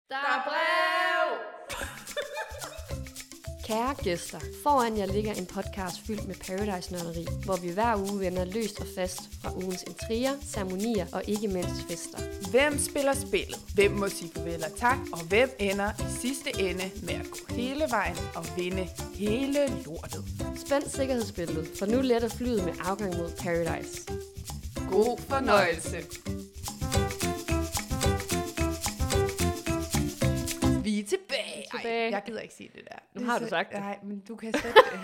Der er brev! Kære gæster, foran jer ligger en podcast fyldt med Paradise-nørderi, hvor vi hver uge vender løst og fast fra ugens intriger, ceremonier og ikke mindst fester. Hvem spiller spillet? Hvem må sige farvel og tak? Og hvem ender i sidste ende med at gå hele vejen og vinde hele lortet? Spænd sikkerhedsbæltet, for nu letter flyet med afgang mod Paradise. God fornøjelse! Vi er tilbage. Ej, jeg gider ikke sige det der. Nu har du sagt det. Nej, men du kan sætte det.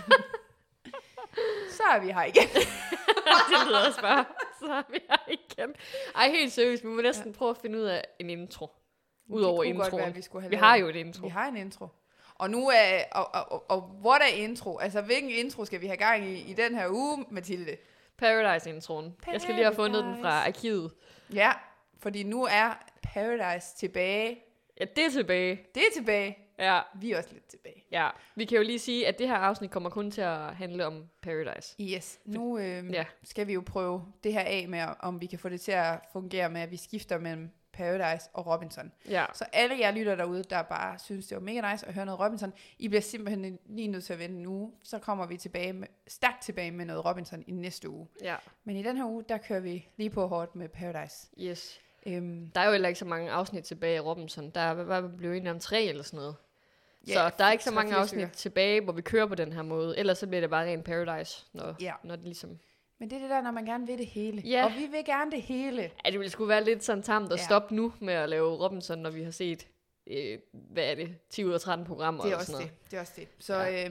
Så er vi her igen. Det lyder også bare. Så er vi her igen. Ej, helt seriøst, vi må næsten prøve at finde ud af en intro. Udover introen. Vi har jo en intro. Vi har en intro. Og nu er, og what er intro? Altså, hvilken intro skal vi have gang i den her uge, Mathilde? Paradise-introen. Jeg skal lige have fundet den fra arkivet. Ja, fordi nu er Paradise tilbage. Ja, det er tilbage. Det er tilbage. Ja. Vi er også lidt tilbage. Ja, vi kan jo lige sige, at det her afsnit kommer kun til at handle om Paradise. Yes, nu skal vi jo prøve det her af med, om vi kan få det til at fungere med, at vi skifter mellem Paradise og Robinson. Ja. Så alle jer lytter derude, der bare synes, det var mega nice at høre noget Robinson, I bliver simpelthen lige nødt til at vente en uge. Så kommer vi stærkt tilbage med noget Robinson i næste uge. Ja. Men i den her uge, der kører vi lige på hårdt med Paradise. Yes. Der er jo heller ikke så mange afsnit tilbage af Robinson. Der er blevet enige om 3 eller sådan noget. Ja, så der er ikke så mange afsnit tilbage, hvor vi kører på den her måde. Ellers så bliver det bare ren Paradise, når det ligesom... Men det er det der, når man gerne vil det hele. Ja. Og vi vil gerne det hele. Ja, det ville sgu være lidt sådan tamt at stoppe nu med at lave Robinson, når vi har set, 10 ud af 13 programmer. Det er og også sådan det. Det er også det. Så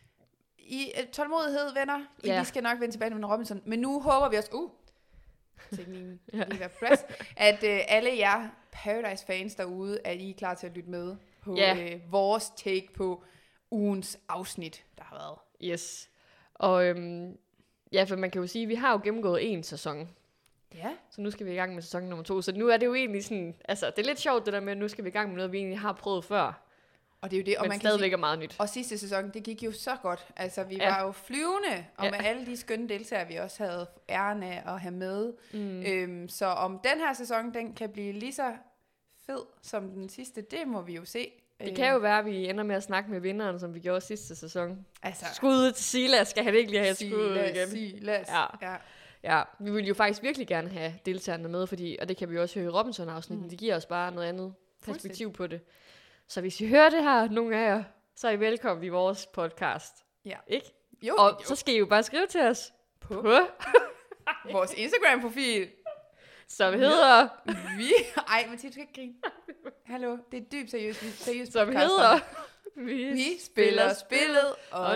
i tålmodighed, venner. Vi skal nok vende tilbage med Robinson. Men nu håber vi også... teknikken lige være på plads, at alle jer Paradise-fans derude, at I er klar til at lytte med på vores take på ugens afsnit, der har været. Yes. Og for man kan jo sige, at vi har jo gennemgået 1 sæson. Ja. Så nu skal vi i gang med sæson nummer 2. Så nu er det jo egentlig sådan, altså det er lidt sjovt det der med, at nu skal vi i gang med noget, vi egentlig har prøvet før. Og det er jo det, og men man stadigvæk er meget nyt. Og sidste sæson, det gik jo så godt. Altså, vi var jo flyvende, og med alle de skønne deltagere, vi også havde æren af at have med. Så om den her sæson, den kan blive lige så fed som den sidste, det må vi jo se. Det kan jo være, at vi ender med at snakke med vinderen, som vi gjorde sidste sæson. Altså, skuddet til Silas, skal han ikke lige have skuddet igen? Silas. Ja, vi vil jo faktisk virkelig gerne have deltagerne med, fordi, og det kan vi også høre i Robinson-afsnitten, det giver os bare noget andet perspektiv på det. Så hvis I hører det her, nogle af jer, så er I velkommen i vores podcast. Ja. Ikke? Jo. Så skal I jo bare skrive til os på vores Instagram-profil, som hedder... Ej, Mathilde, du skal ikke grine. Hallo, det er dybt seriøst som hedder... Vi spiller spillet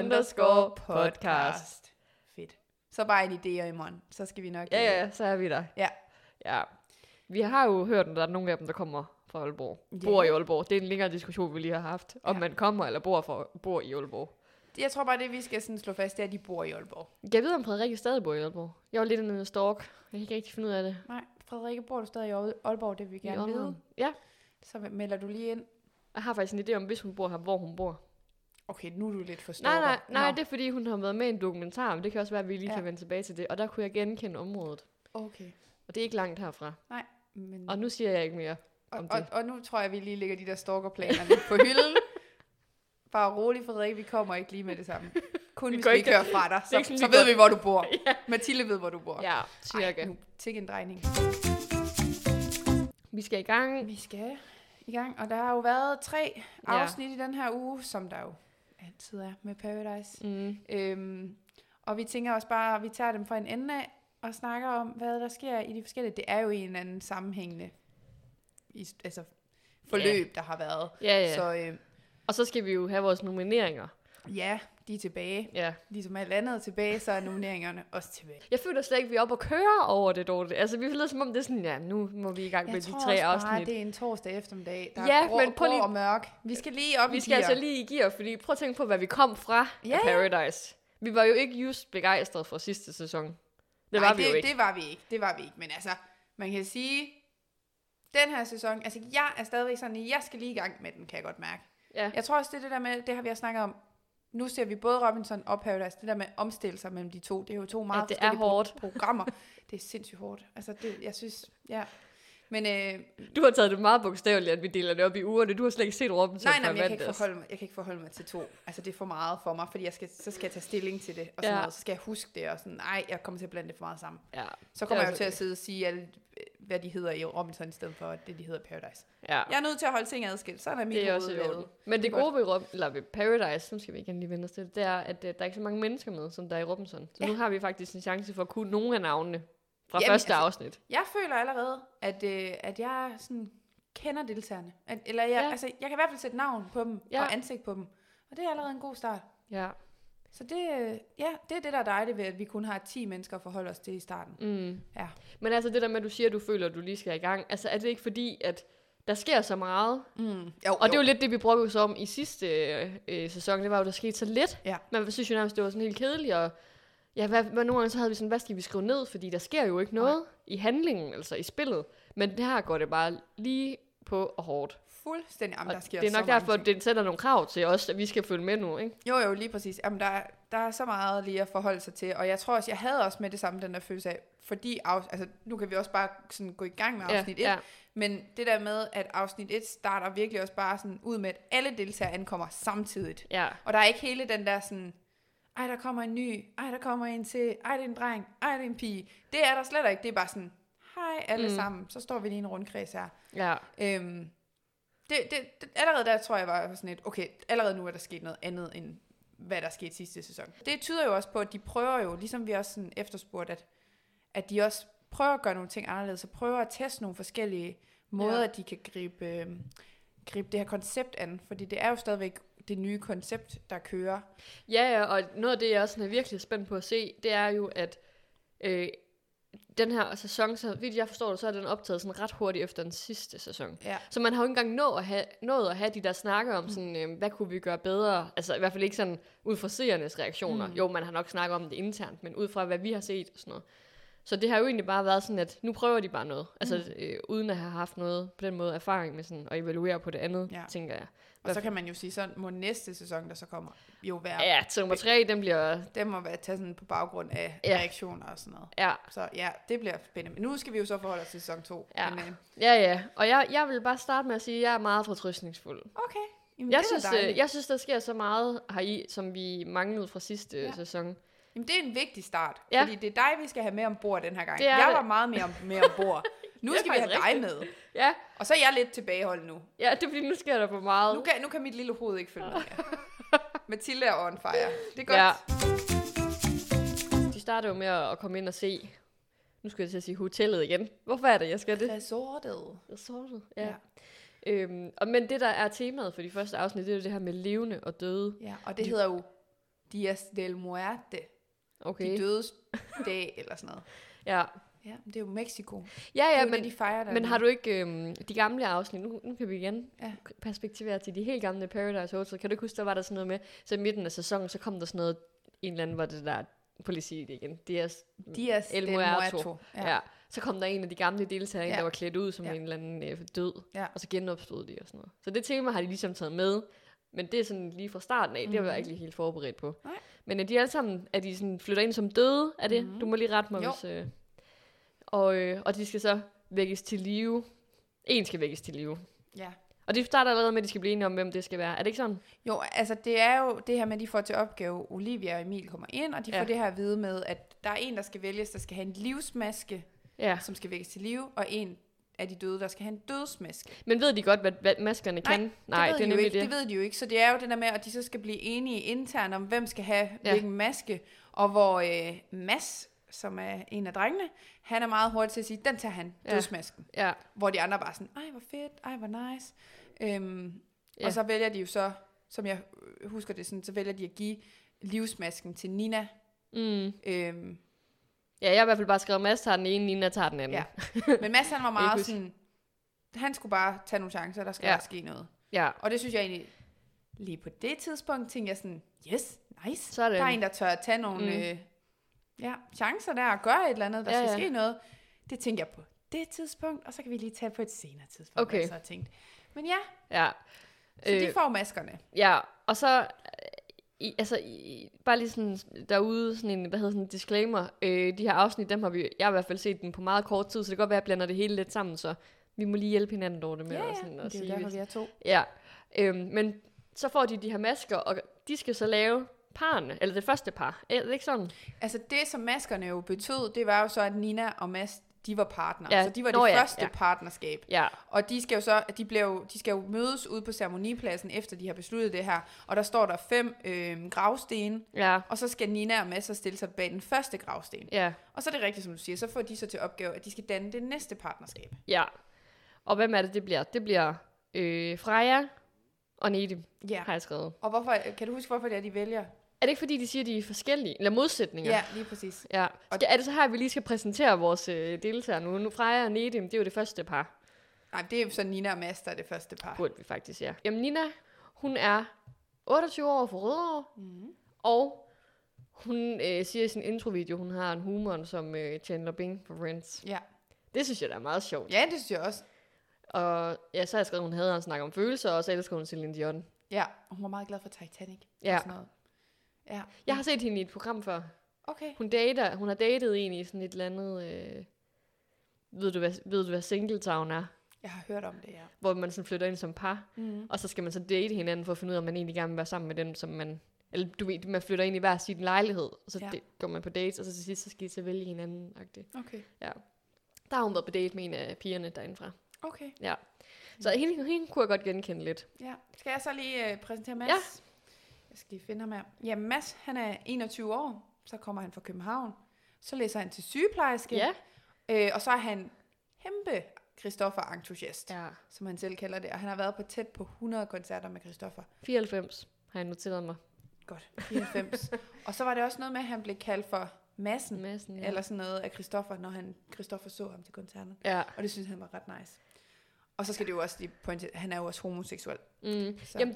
_podcast. Fedt. Så bare en idé i morgen, så skal vi nok... Ja, så er vi der. Ja. Vi har jo hørt, at der er nogle af dem, der kommer fra Aalborg. Bor i Aalborg. Det er en længere diskussion, vi lige har haft. Om man kommer eller bor i Aalborg. Jeg tror bare, det vi skal sådan slå fast, det er, at de bor i Aalborg. Jeg ved, om Frederikke stadig bor i Aalborg. Jeg var lidt en stalk. Jeg kan ikke rigtig finde ud af det. Nej, Frederikke, bor du stadig i Aalborg? Det vil vi gerne vide. Ja. Så melder du lige ind. Jeg har faktisk en idé om, hvis hun bor her, hvor hun bor. Okay, nu er du lidt for stalker. Nej, det er fordi, hun har været med i en dokumentar, men det kan også være, at vi lige kan vende tilbage til det. Og der kunne jeg genkende området. Okay. Og det er ikke langt herfra. Nej, men... Og nu siger jeg ikke mere om det. Og nu tror jeg, vi lige lægger de der stalkerplaner lidt på hylden. Bare rolig, Frederik, vi kommer ikke lige med det samme. Kun hvis vi kører fra dig, så ved vi, hvor du bor. Ja. Mathilde ved, hvor du bor. Ja, cirka. Nu tik en drejning. Vi skal i gang. Vi skal i gang, og der har jo været 3 afsnit i den her uge, som der jo altid er med Paradise. Og vi tænker også bare, at vi tager dem fra en ende af, og snakker om, hvad der sker i de forskellige. Det er jo en eller anden sammenhængende forløb, der har været. Ja. Så, og så skal vi jo have vores nomineringer. Ja, de er tilbage. Ja. Ligesom alt andet tilbage, så er nomineringerne også tilbage. Jeg føler slet ikke, vi er oppe og køre over det dårligt. Altså, vi føler som om det er sådan, nu må vi i gang med de 3 afsnit. Jeg tror bare, det er en torsdag eftermiddag, der er grå og mørk. Vi skal lige op i gear. Vi skal altså lige i gear, fordi prøv at tænke på, hvad vi kom fra af Paradise. Vi var jo ikke just begejstrede for sidste sæson. Det var vi jo ikke. Det var vi ikke. Men altså, man kan sige, den her sæson, altså jeg er stadigvæk sådan, jeg skal lige i gang med den, kan jeg godt mærke. Ja. Jeg tror også, det der med, det har vi også snakket om, nu ser vi både Robinson og Paradise, det der med omstille sig mellem de to, det er jo 2 meget forskellige programmer. Det er sindssygt hårdt. Altså, jeg synes, Men, du har taget det meget bogstaveligt, at vi deler det op i ugerne. Du har slet ikke set Robinson. Nej, men jeg kan ikke forholde mig til 2. Altså, det er for meget for mig, fordi så skal jeg tage stilling til det, og sådan noget. Så skal jeg huske det, og sådan, nej, jeg kommer til at blande det for meget sammen. Ja, så kommer jeg jo til at sidde og sige, hvad de hedder i Robinson, i stedet for det, de hedder Paradise. Ja. Jeg er nødt til at holde ting adskilt, så er mit hoved. Men det gode ved Paradise, nu skal vi igen lige vende os til det, er, at der er ikke så mange mennesker med, som der er i Robinson. Så nu har vi faktisk en chance for at kunne nogle af navnene fra første afsnit. Jeg føler allerede, at jeg sådan kender deltagerne. Jeg kan i hvert fald sætte navn på dem og ansigt på dem. Og det er allerede en god start. Ja. Så det er det, der er dejligt ved, at vi kun har 10 mennesker at forholde os til i starten. Mm. Ja. Men altså det der med, at du siger, at du føler, at du lige skal i gang. Altså er det ikke fordi, at der sker så meget? Og det er jo lidt det, vi brokkede os om i sidste sæson. Det var jo, der skete så lidt. Ja. Man synes jo nærmest, det var sådan helt kedeligt. Og ja, nogle gange så havde vi sådan, hvad skal vi skrive ned? Fordi der sker jo ikke noget i handlingen, altså i spillet. Men det her går det bare lige på og hårdt. Fuldstændig. Jamen, der sker det er nok derfor, at det sætter nogle krav til os, at vi skal følge med nu, ikke? Jo, lige præcis. Jamen, der er så meget lige at forholde sig til. Og jeg tror også, jeg havde også med det samme, den der følelse af, fordi nu kan vi også bare sådan gå i gang med afsnit 1. Ja. Men det der med, at afsnit 1 starter virkelig også bare sådan ud med, at alle deltagere ankommer samtidigt. Ja. Og der er ikke hele den der sådan, ej, der kommer en ny, ej, der kommer en til, ej, det er en dreng, ej, det er en pige. Det er der slet ikke. Det er bare sådan, hej alle sammen, så står vi lige i en rundkreds her. Ja. Allerede der tror jeg var sådan et, okay, allerede nu er der sket noget andet, end hvad der skete sidste sæson. Det tyder jo også på, at de prøver jo, ligesom vi også sådan efterspurgt, at de også prøver at gøre nogle ting anderledes, og prøver at teste nogle forskellige måder, at de kan gribe det her koncept an, fordi det er jo stadigvæk det nye koncept, der kører. Ja, og noget af det, jeg også er virkelig spændt på at se, det er jo, at den her sæson, så vidt jeg forstår det, så er den optaget sådan ret hurtigt efter den sidste sæson. Ja. Så man har jo ikke engang nået at have de der snakker om sådan, hvad kunne vi gøre bedre? Altså i hvert fald ikke sådan ud fra seernes reaktioner. Jo, man har nok snakket om det internt, men ud fra hvad vi har set og sådan noget. Så det har jo egentlig bare været sådan, at nu prøver de bare noget. Altså uden at have haft noget på den måde erfaring med sådan at evaluere på det andet, tænker jeg. Og så kan man jo sige, så må næste sæson, der så kommer, jo være... Ja, til nummer 3, den bliver... Den må være taget sådan på baggrund af reaktioner og sådan noget. Ja. Så ja, det bliver spændende. Men nu skal vi jo så forholde os til sæson 2. Ja, men, ja. Og jeg vil bare starte med at sige, at jeg er meget fortrøstningsfuld. Okay. Jamen, jeg synes, der sker så meget heri, som vi manglede fra sidste sæson. Jamen, det er en vigtig start, fordi det er dig, vi skal have med ombord den her gang. Jeg var meget mere ombord. Nu skal vi have dig med. Ja. Og så er jeg lidt tilbageholdt nu. Ja, det er fordi, nu sker der for meget. Nu kan mit lille hoved ikke følge med. Mathilde er on fire. Det er godt. Ja. De starter jo med at komme ind og se, nu skal jeg til at sige hotellet igen. Hvorfor er det, jeg skal det? Resortet, ja. Men det, der er temaet for de første afsnit, det er jo det her med levende og døde. Ja, og det hedder jo Dias del Muerte. Okay. De dødes dag, eller sådan noget. Ja. Ja, det er jo Mexico. Ja, men de fejrer der. Men har du ikke de gamle afsnit, nu kan vi igen perspektivere til de helt gamle Paradise Hotel. Kan du ikke huske, der var der sådan noget med, så i midten af sæsonen, så kom der sådan noget, en eller anden, hvor det der, politi igen, Dias del Muerto. Ja. Så kom der en af de gamle deltagere, der var klædt ud som en eller anden død, og så genopstod de og sådan noget. Så det tema har de ligesom taget med, men det er sådan lige fra starten af, det var jeg ikke lige helt forberedt på. Nej. Men er de alle sammen, er de sådan flytter ind som døde, er det? Du må lige rette mig, hvis... Og de skal så vækkes til live. En skal vækkes til live. Ja. Og de starter allerede med, at de skal blive enige om, hvem det skal være. Er det ikke sådan? Jo, altså det er jo det her med, at de får til opgave, Olivia og Emil kommer ind, og de får det her at vide med, at der er en, der skal vælges, der skal have en livsmaske, som skal vækkes til live, og en af de døde, der skal have en dødsmaske. Men ved de godt, hvad maskerne kan? Nej, det er nemlig det. Det ved de jo ikke. Så det er jo det der med, at de så skal blive enige internt om, hvem skal have hvilken maske, og hvor Mads, som er en af drengene, han er meget hurtig til at sige, den tager han, dødsmasken. Ja. Hvor de andre bare sådan, ej hvor fedt, ej hvor nice. Og så vælger de jo så, som jeg husker det sådan, så vælger de at give livsmasken til Nina. Ja, jeg har i hvert fald bare skrevet, Mads tager den ene, Nina tager den anden. Ja. Men Mads han var meget sådan, han skulle bare tage nogle chancer, der skal ske noget. Ja. Og det synes jeg egentlig, lige på det tidspunkt, tænkte jeg sådan, yes, nice. Så der er en, der tør at tage nogle chancer der, og gøre et eller andet, der skal ske noget. Det tænkte jeg på det tidspunkt, og så kan vi lige tage på et senere tidspunkt, okay. Så jeg tænkte. Men ja. Så de får maskerne. Ja, og så bare lige sådan derude, sådan en, sådan en disclaimer. De her afsnit, dem jeg har i hvert fald set dem på meget kort tid, så det kan godt være, at jeg blander det hele lidt sammen, så vi må lige hjælpe hinanden over det med. Ja, og sådan, og det er jo derfor, vi er 2. Ja, men så får de her masker, og de skal så lave parerne, eller det første par. Er det ikke sådan? Altså det, som maskerne jo betød, det var jo så, at Nina og Mads, de var partner. Ja. Så de var det første partnerskab. Ja. Og de skal jo så, de skal jo mødes ude på ceremonipladsen, efter de har besluttet det her. Og der står der 5 gravsten. Ja. Og så skal Nina og Mads så stille sig bag den første gravsten. Ja. Og så er det rigtigt, som du siger. Så får de så til opgave, at de skal danne det næste partnerskab. Ja. Og hvem er det bliver? Det bliver Freja og Nedim, har jeg skrevet. Og hvorfor, kan du huske, hvorfor det er, de vælger? Er det ikke fordi, de siger, de er forskellige? Eller modsætninger? Ja, lige præcis. Ja. Er det så her, vi lige skal præsentere vores deltagere nu? Nu Freja og Nedim, det er jo det første par. Nej, det er jo så Nina og Mads, der er det første par. Burde vi faktisk, ja. Jamen Nina, hun er 28 år fra Rødovre, og hun siger i sin introvideo, hun har en humor som Chandler Bing fra Friends. Ja. Det synes jeg, der er meget sjovt. Ja, det synes jeg også. Og ja, så har jeg skrevet, at hun havde en snak om følelser, og så elsker hun Celine Dion. Ja, og hun var meget glad for Titanic. Ja. Og sådan noget. Ja. Jeg har set hende i et program før. Okay. Hun har datet en i sådan et eller andet... ved du hvad Singletown er? Jeg har hørt om det, ja. Hvor man sådan flytter ind som par, og så skal man så date hinanden for at finde ud af, om man egentlig gerne vil være sammen med den, som man... Eller du ved, man flytter ind i hver sin lejlighed, og så går man på dates, og så til sidst, så skal I så vælge hinanden. Okay. Ja. Der har hun været på date med en af pigerne derindefra. Okay. Ja. Så hende kunne jeg godt genkende lidt. Ja. Skal jeg så lige præsentere Mads? Ja. Jeg skal lige finde ham her. Ja, Mads, han er 21 år. Så kommer han fra København. Så læser han til sygeplejerske. Ja. Og så er han kæmpe Christoffer-entusiast, som han selv kalder det. Og han har været på tæt på 100 koncerter med Christoffer. 94 har jeg noteret mig. Godt, 94. Og så var det også noget med, at han blev kaldt for Madsen, ja. Eller sådan noget af Christoffer, når Christoffer så ham til koncerten. Ja. Og det synes han var ret nice. Og så skal det jo også lige pointere, han er jo også homoseksuel. Jamen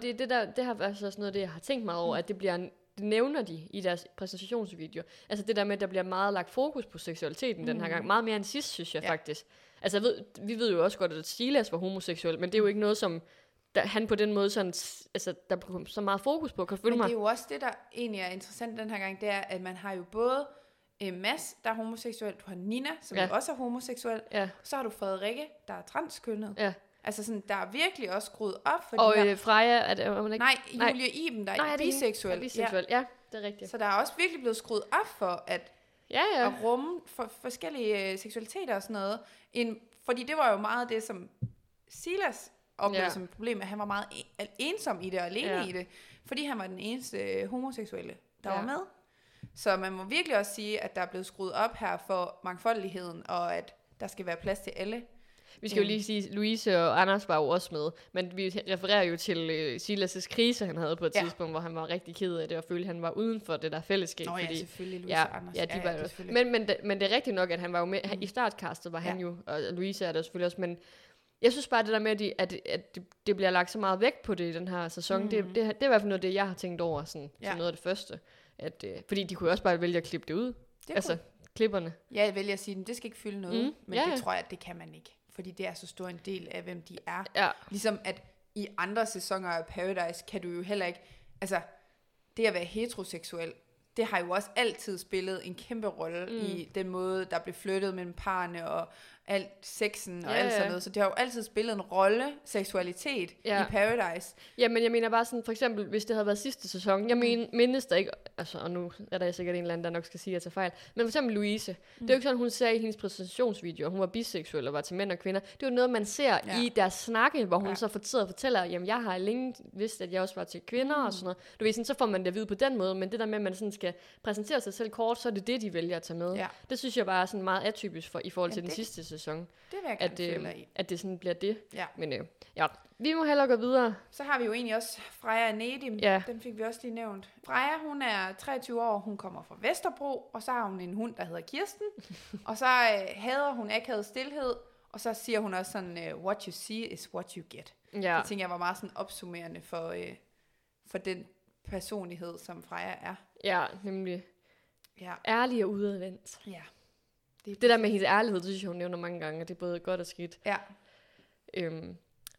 det har været også noget af det, jeg har tænkt mig over, at det nævner de i deres præsentationsvideo. Altså det der med, at der bliver meget lagt fokus på seksualiteten den her gang. Meget mere end sidst, synes jeg faktisk. Altså vi ved jo også godt, at Silas var homoseksuel, men det er jo ikke noget, som han på den måde sådan, altså der blev så meget fokus på. Kan du følge mig? Men det er jo også det, der egentlig er interessant den her gang, det er, at man har jo både Mads, der er homoseksuel, du har Nina, som jo også er homoseksuel, så har du Frederikke, der er transkønnet. Ja. Altså sådan, der er virkelig også skruet op for og de her... Freja, er det ikke? Nej, Julie Iben, der er biseksuel. Ja, det er rigtigt. Så der er også virkelig blevet skruet op for at rumme forskellige seksualiteter og sådan noget. Fordi det var jo meget det, som Silas oplevede som et problem, at han var meget ensom i det og alene i det, fordi han var den eneste homoseksuelle, der var med. Så man må virkelig også sige, at der er blevet skruet op her for mangfoldigheden, og at der skal være plads til alle. Vi skal jo lige sige, at Louise og Anders var jo også med, men vi refererer jo til Silas' krise, han havde på et tidspunkt, hvor han var rigtig ked af det, og følte, at han var uden for det der fællesskab. Nå ja, selvfølgelig, Louise og Anders. Ja, de var jo. Men det er rigtigt nok, at han var jo med, i startcastet var han jo, og Louise er der selvfølgelig også, men jeg synes bare, det der med, at det bliver lagt så meget vægt på det i den her sæson, det er i hvert fald noget af det, jeg har tænkt over, sådan, som noget af det første. Fordi de kunne jo også bare vælge at klippe det ud. Klipperne. Ja, jeg vælger at sige, at det skal ikke fylde noget, men det tror jeg, at det kan man ikke. Fordi det er så stor en del af, hvem de er. Ja. Ligesom at i andre sæsoner af Paradise, kan du jo heller ikke... Altså, det at være heteroseksuel, det har jo også altid spillet en kæmpe rolle i den måde, der blev flyttet mellem parerne og alt sexen og alt sådan noget. Så det har jo altid spillet en rolle, seksualitet i Paradise. Ja, men jeg mener bare sådan, for eksempel, hvis det havde været sidste sæson, jeg mindes der ikke, altså, og nu er der sikkert en eller anden, der nok skal sige, at jeg tager fejl, men for eksempel Louise, det er jo ikke sådan, hun sagde i hendes præsentationsvideo, at hun var biseksuel og var til mænd og kvinder. Det er jo noget, man ser i deres snakke, hvor hun så fortæller, jamen jeg har længe vidst, at jeg også var til kvinder og sådan noget. Du ved, sådan, så får man det at vide på den måde, men det der med, at man sådan skal præsentere sig selv kort, så er det, de vælger at tage med. Ja. Det synes jeg bare er sådan meget atypisk i forhold til den sidste sæson. Det vil jeg gerne følge i. At det sådan bliver det. Ja. Men vi må hellere gå videre. Så har vi jo egentlig også Freja og Nedim. Ja. Den fik vi også lige nævnt. Freja, hun er 23 år. Hun kommer fra Vesterbro. Og så har hun en hund, der hedder Kirsten. Og så hader hun akavet stilhed. Og så siger hun også sådan, what you see is what you get. Ja. Det tænker jeg var meget sådan opsummerende for den personlighed, som Freja er. Ja, nemlig. Ja. Ærlig og udadvendt. Ja. Det der med hendes ærlighed, det synes jeg, hun nævner mange gange, og det er både godt og skidt. Ja.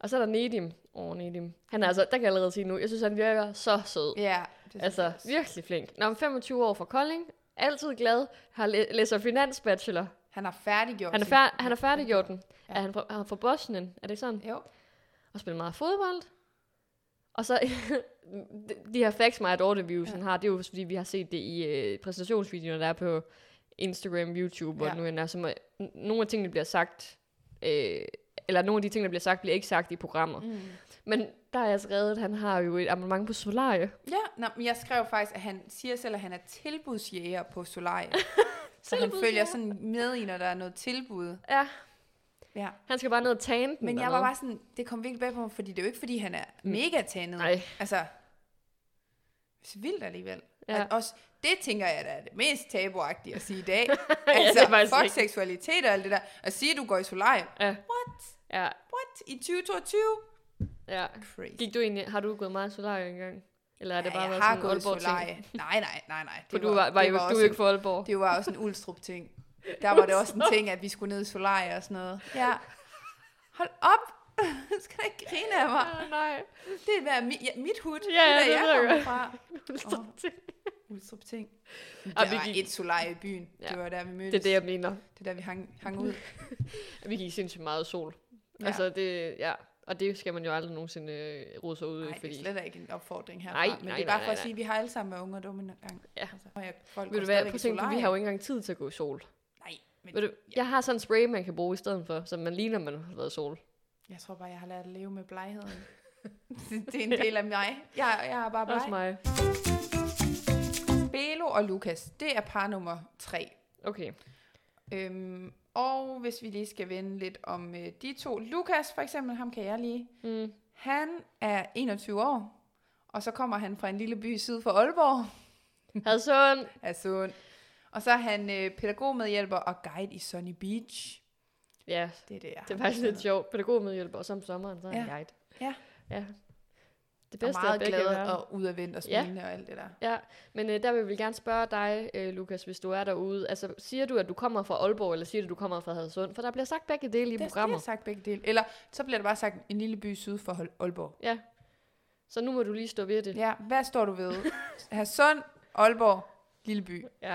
Og så er der Nedim. Nedim. Han er altså, der kan jeg allerede sige nu, jeg synes, han virker så sød. Ja, altså, virkelig flink. Når han er 25 år fra Kolding, altid glad, læser finansbachelor. Han har færdiggjort Han har færdiggjort den. Ja. Han fra Bosnien, er det sådan? Jo. Og spiller meget fodbold. Og så, de her facts, mig views, han har, det er jo fordi, vi har set det i præsentationsvideoerne, der er på Instagram, YouTube, og nu er som nogle af tingene bliver sagt, eller nogle af de ting, der bliver sagt, bliver ikke sagt i programmer. Men der er jeg skrevet, at han har jo et abonnement på Solarie. Ja, men jeg skrev faktisk, at han siger selv, at han er tilbudsjæger på Solarie. Så han følger sådan med i, når der er noget tilbud. Ja. Han skal bare ned og tane den. Men jeg var bare sådan, det kom virkelig bag på mig, fordi det er jo ikke, fordi han er mega tanet. Nej. Altså, så vildt alligevel. Ja. Også, det tænker jeg, der er det mest tabuagtige at sige i dag. Altså, fuck seksualitet og alt det der. At sige, at du går i Solarie. Ja. What? Ja. What? I 2022? Ja. Crazy. Har du gået meget i Solarie engang? Eller er det bare jeg har gået i Solarie. Nej. For du er ikke for Aalborg. Det var også en Ulstrup-ting. Der var det også en ting, at vi skulle ned i Solarie og sådan noget. Ja. Hold op! Skal da ikke grine af mig? Nej. Det er mit hud. Ja, det er jeg kommer fra. Ulstrup-ting. Der var et Solarie i byen. Ja. Det var der, vi mødtes. Det er det, jeg mener. Det er der, vi hang ud. Vi gik sindssygt meget sol. Ja. Altså, og det skal man jo aldrig nogensinde rode sig ud i. Nej, det er slet ikke en opfordring herfra. Nej, men det er bare for at sige, at vi har alle sammen været unge og dumme en gang. Ja. Altså, folk vil du være på ting, vi har jo ikke engang tid til at gå i sol. Nej. Men jeg har sådan en spray, man kan bruge i stedet for, så man ligner, man har været i sol. Jeg tror bare, jeg har lært at leve med blegheden. Det er en del af mig. Jeg har bare bleg. Også mig. Belo og Lukas, det er par nummer 3. Okay. Og hvis vi lige skal vende lidt om de to. Lukas for eksempel, ham kan jeg lige. Han er 21 år, og så kommer han fra en lille by syd for Aalborg. Hadsund. Og så er han pædagogmedhjælper og guide i Sunny Beach. Ja, det er faktisk lidt sjovt. Pædagogmedhjælper, og så om sommeren, så er han guide. Ja. Det bedste og meget glad og udadvendt og smilende og alt det der. Ja, men der vil vi gerne spørge dig, Lukas, hvis du er derude. Altså, siger du, at du kommer fra Aalborg, eller siger du, at du kommer fra Hadsund? For der bliver sagt begge dele i programmet. Der bliver sagt begge dele. Eller så bliver der bare sagt en lille by syd for Aalborg. Ja, så nu må du lige stå ved det. Ja, hvad står du ved? Hadsund, Aalborg, lille by. Ja.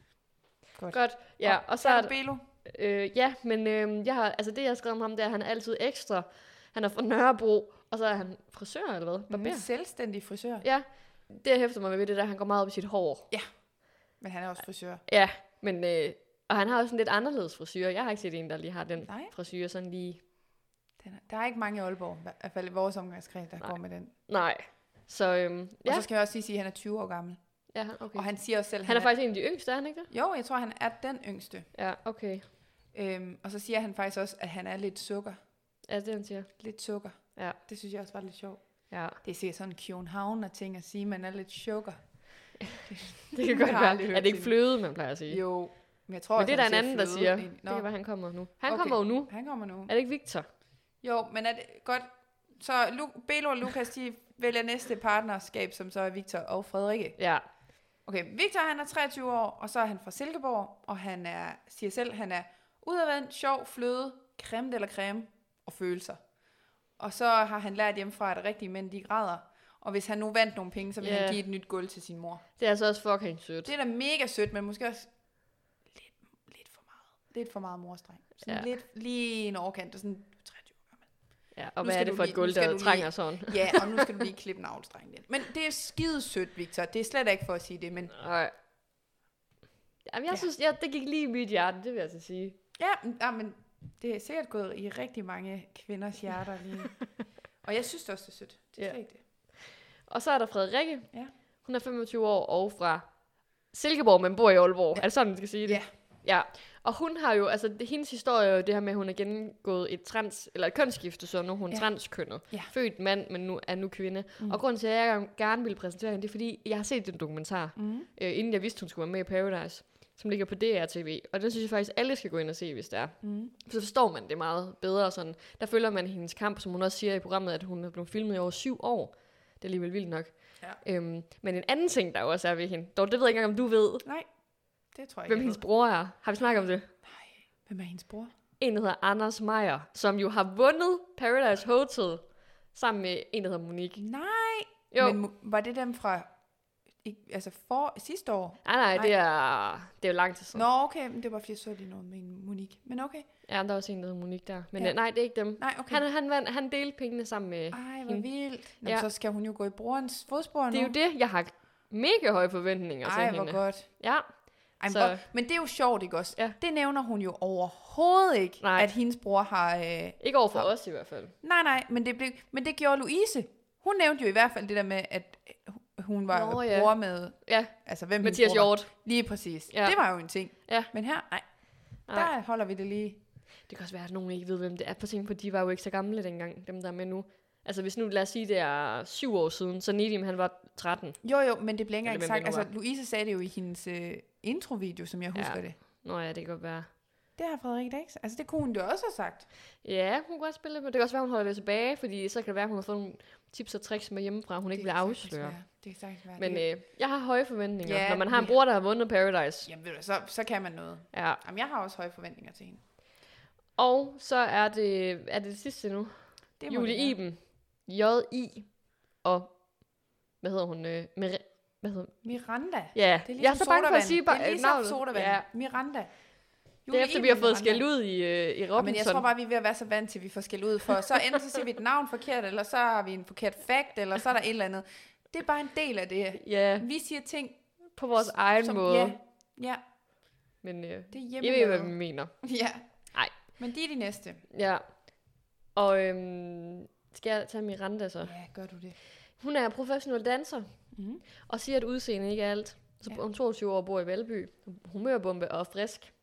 Godt. Ja, og så er der Belo. Ja, men jeg har, altså det jeg har skrevet om ham, det er, at han er altid ekstra. Han er fra Nørrebro, og så er han frisør, eller hvad? Barber. Selvstændig frisør. Ja, det hæfter mig ved det der, han går meget op i sit hår. Ja, men han er også frisør. Ja, men, og han har også en lidt anderledes frisyr. Jeg har ikke set en, der lige har den frisyr sådan lige. Der er ikke mange i Aalborg, i hvert fald i vores omgangskreds, der går med den. Nej. Så, og så skal jeg også lige sige, at han er 20 år gammel. Ja, okay. Og han siger også selv, han er faktisk en af de yngste, er han ikke det? Jo, jeg tror, han er den yngste. Ja, okay. Og så siger han faktisk også, at han er lidt sukker. Ja, det han siger. Lidt sukker. Ja. Det synes jeg også var lidt sjovt. Ja. Det er sikkert sådan en Københavner ting at sige, man er lidt sukker. Det kan godt være. Er det ikke fløde, man plejer at sige? Jo. Men jeg tror men det er der en anden, der siger. Det kan være, han kommer nu. Han kommer nu. Er det ikke Victor? Jo, men er det godt. Så Belo og Lukas, de vælger næste partnerskab, som så er Victor og Frederikke. Ja. Okay, Victor han er 23 år, og så er han fra Silkeborg, og han siger selv, han er udadvendt, sjov, fløde, creme eller creme og følelser. Og så har han lært hjemmefra, at rigtige mænd, de græder. Og hvis han nu vandt nogle penge, så vil han give et nyt gulv til sin mor. Det er altså også fucking sødt. Det er da mega sødt, men måske også lidt for meget. Lidt for meget morstreng. Sådan lidt lige en overkant, og sådan 23 år gammel. Ja, og hvad er det for et gulv, der trænger sådan? Ja, og nu skal du lige klippe navlestrengen lidt. Men det er skide sødt, Victor. Det er slet ikke for at sige det, men... Nej. Jamen, jeg synes, det gik lige i mit hjerte, det vil jeg så sige. Ja, men det er sikkert gået i rigtig mange kvinders hjerter lige. Og jeg synes det også, det er sødt. Det er slet ikke det. Og så er der Frederikke. Ja. Hun er 25 år og fra Silkeborg, men bor i Aalborg. Ja. Er det sådan, man skal sige det? Ja. Ja. Og hun har jo, altså hendes historie er jo det her med, at hun har gennemgået et kønsskifte, så nu er hun transkønnet. Ja. Født mand, men nu er kvinde. Og grunden til, at jeg gerne ville præsentere hende, det er, fordi jeg har set den dokumentar, inden jeg vidste, hun skulle være med i Paradise, som ligger på DR-TV. Og den synes jeg faktisk, alle skal gå ind og se, hvis det er. Så forstår man det meget bedre. Sådan. Der følger man hendes kamp, som hun også siger i programmet, at hun er blevet filmet i over 7 år. Det er alligevel vildt nok. Ja. Men en anden ting, der også er ved hende, dog, det ved jeg ikke engang, om du ved. Nej, det tror jeg ikke. Hvem hendes bror er. Har vi snakket om det? Nej, hvem er hendes bror? en, der hedder Anders Meyer, som jo har vundet Paradise Hotel sammen med en, der hedder Monique. Nej, Jo. men var det dem fra sidste år? Nej, det er jo lang tid siden. Nå, okay, men det var fordi, jeg så lige noget med en Monique. Men okay. Ja, der er også en, der hedder Monique der. Men Ja. nej, det er ikke dem. Nej, okay. Han delte pengene sammen med Ej, hvor vildt. Nå, Ja. så skal hun jo gå i brorens fodspor nu. Det er jo det, jeg har mega høje forventninger til hende. Ej, hvor godt. Ja. Ej, Så- men det er jo sjovt, ikke også? Ja. Det nævner hun jo overhovedet ikke, Nej. at hendes bror har... Ikke over for os i hvert fald. Nej, men det gjorde Louise. Hun nævnte jo i hvert fald det der med, at hun var bror med... Ja, Altså, hvem Mathias hendes bror var. Hjort. Lige præcis. Ja. Det var jo en ting. Ja. Men her, nej. Nej. Der holder vi det lige. Det kan også være, at nogen ikke ved, hvem det er. På tænke på, de var jo ikke så gamle dengang, dem der er med nu. Altså hvis nu, lad os sige, det er 7 år siden, så Nedim, han var 13. Jo, men det bliver ikke Eller engang hvem sagt. det nu Altså, Louise sagde det jo i hendes introvideo, som jeg husker det. Nå ja, det kan godt være. Det har Frederik da ikke. Altså, det kunne hun jo også have sagt. Ja, hun kunne godt spille det, men det kan også være, hun holder det tilbage, fordi så kan det være, hun har fået nogle tips og tricks med hjemmefra, hun ikke vil afsløre. Det kan sagtens være. Men jeg har høje forventninger, Ja, når man har en bror, der har vundet Paradise. Jamen, ved du, så kan man noget. Ja. Jamen, jeg har også høje forventninger til hende. Og så er det sidste nu. Det må Julie det være. Iben, J.I. og hvad hedder hun? Hvad hedder hun? Miranda. Ja, Det er jeg er ligesom så bange for at sodavand. sige bare Det er ligesom navnet. sodavand. Ja. Miranda. Det er efter, vi har fået skæld ud i Robinson. Men jeg tror bare, vi er ved at være så vant til, at vi får skæld ud for. Så enten så siger vi et navn forkert, eller så har vi en forkert fact, eller så er der et eller andet. Det er bare en del af det. Ja, Vi siger ting, på vores egen måde. Ja, Men det er jeg hjemmelavet. ved, hvad vi mener. Ja. Nej. Men de er de næste. Ja. Og skal jeg tage Miranda så? Ja, gør du det. Hun er professionel danser, Mm. og siger, at udseende ikke er alt. Så Ja. hun er 22 år og bor i Valby. Humørbombe og frisk.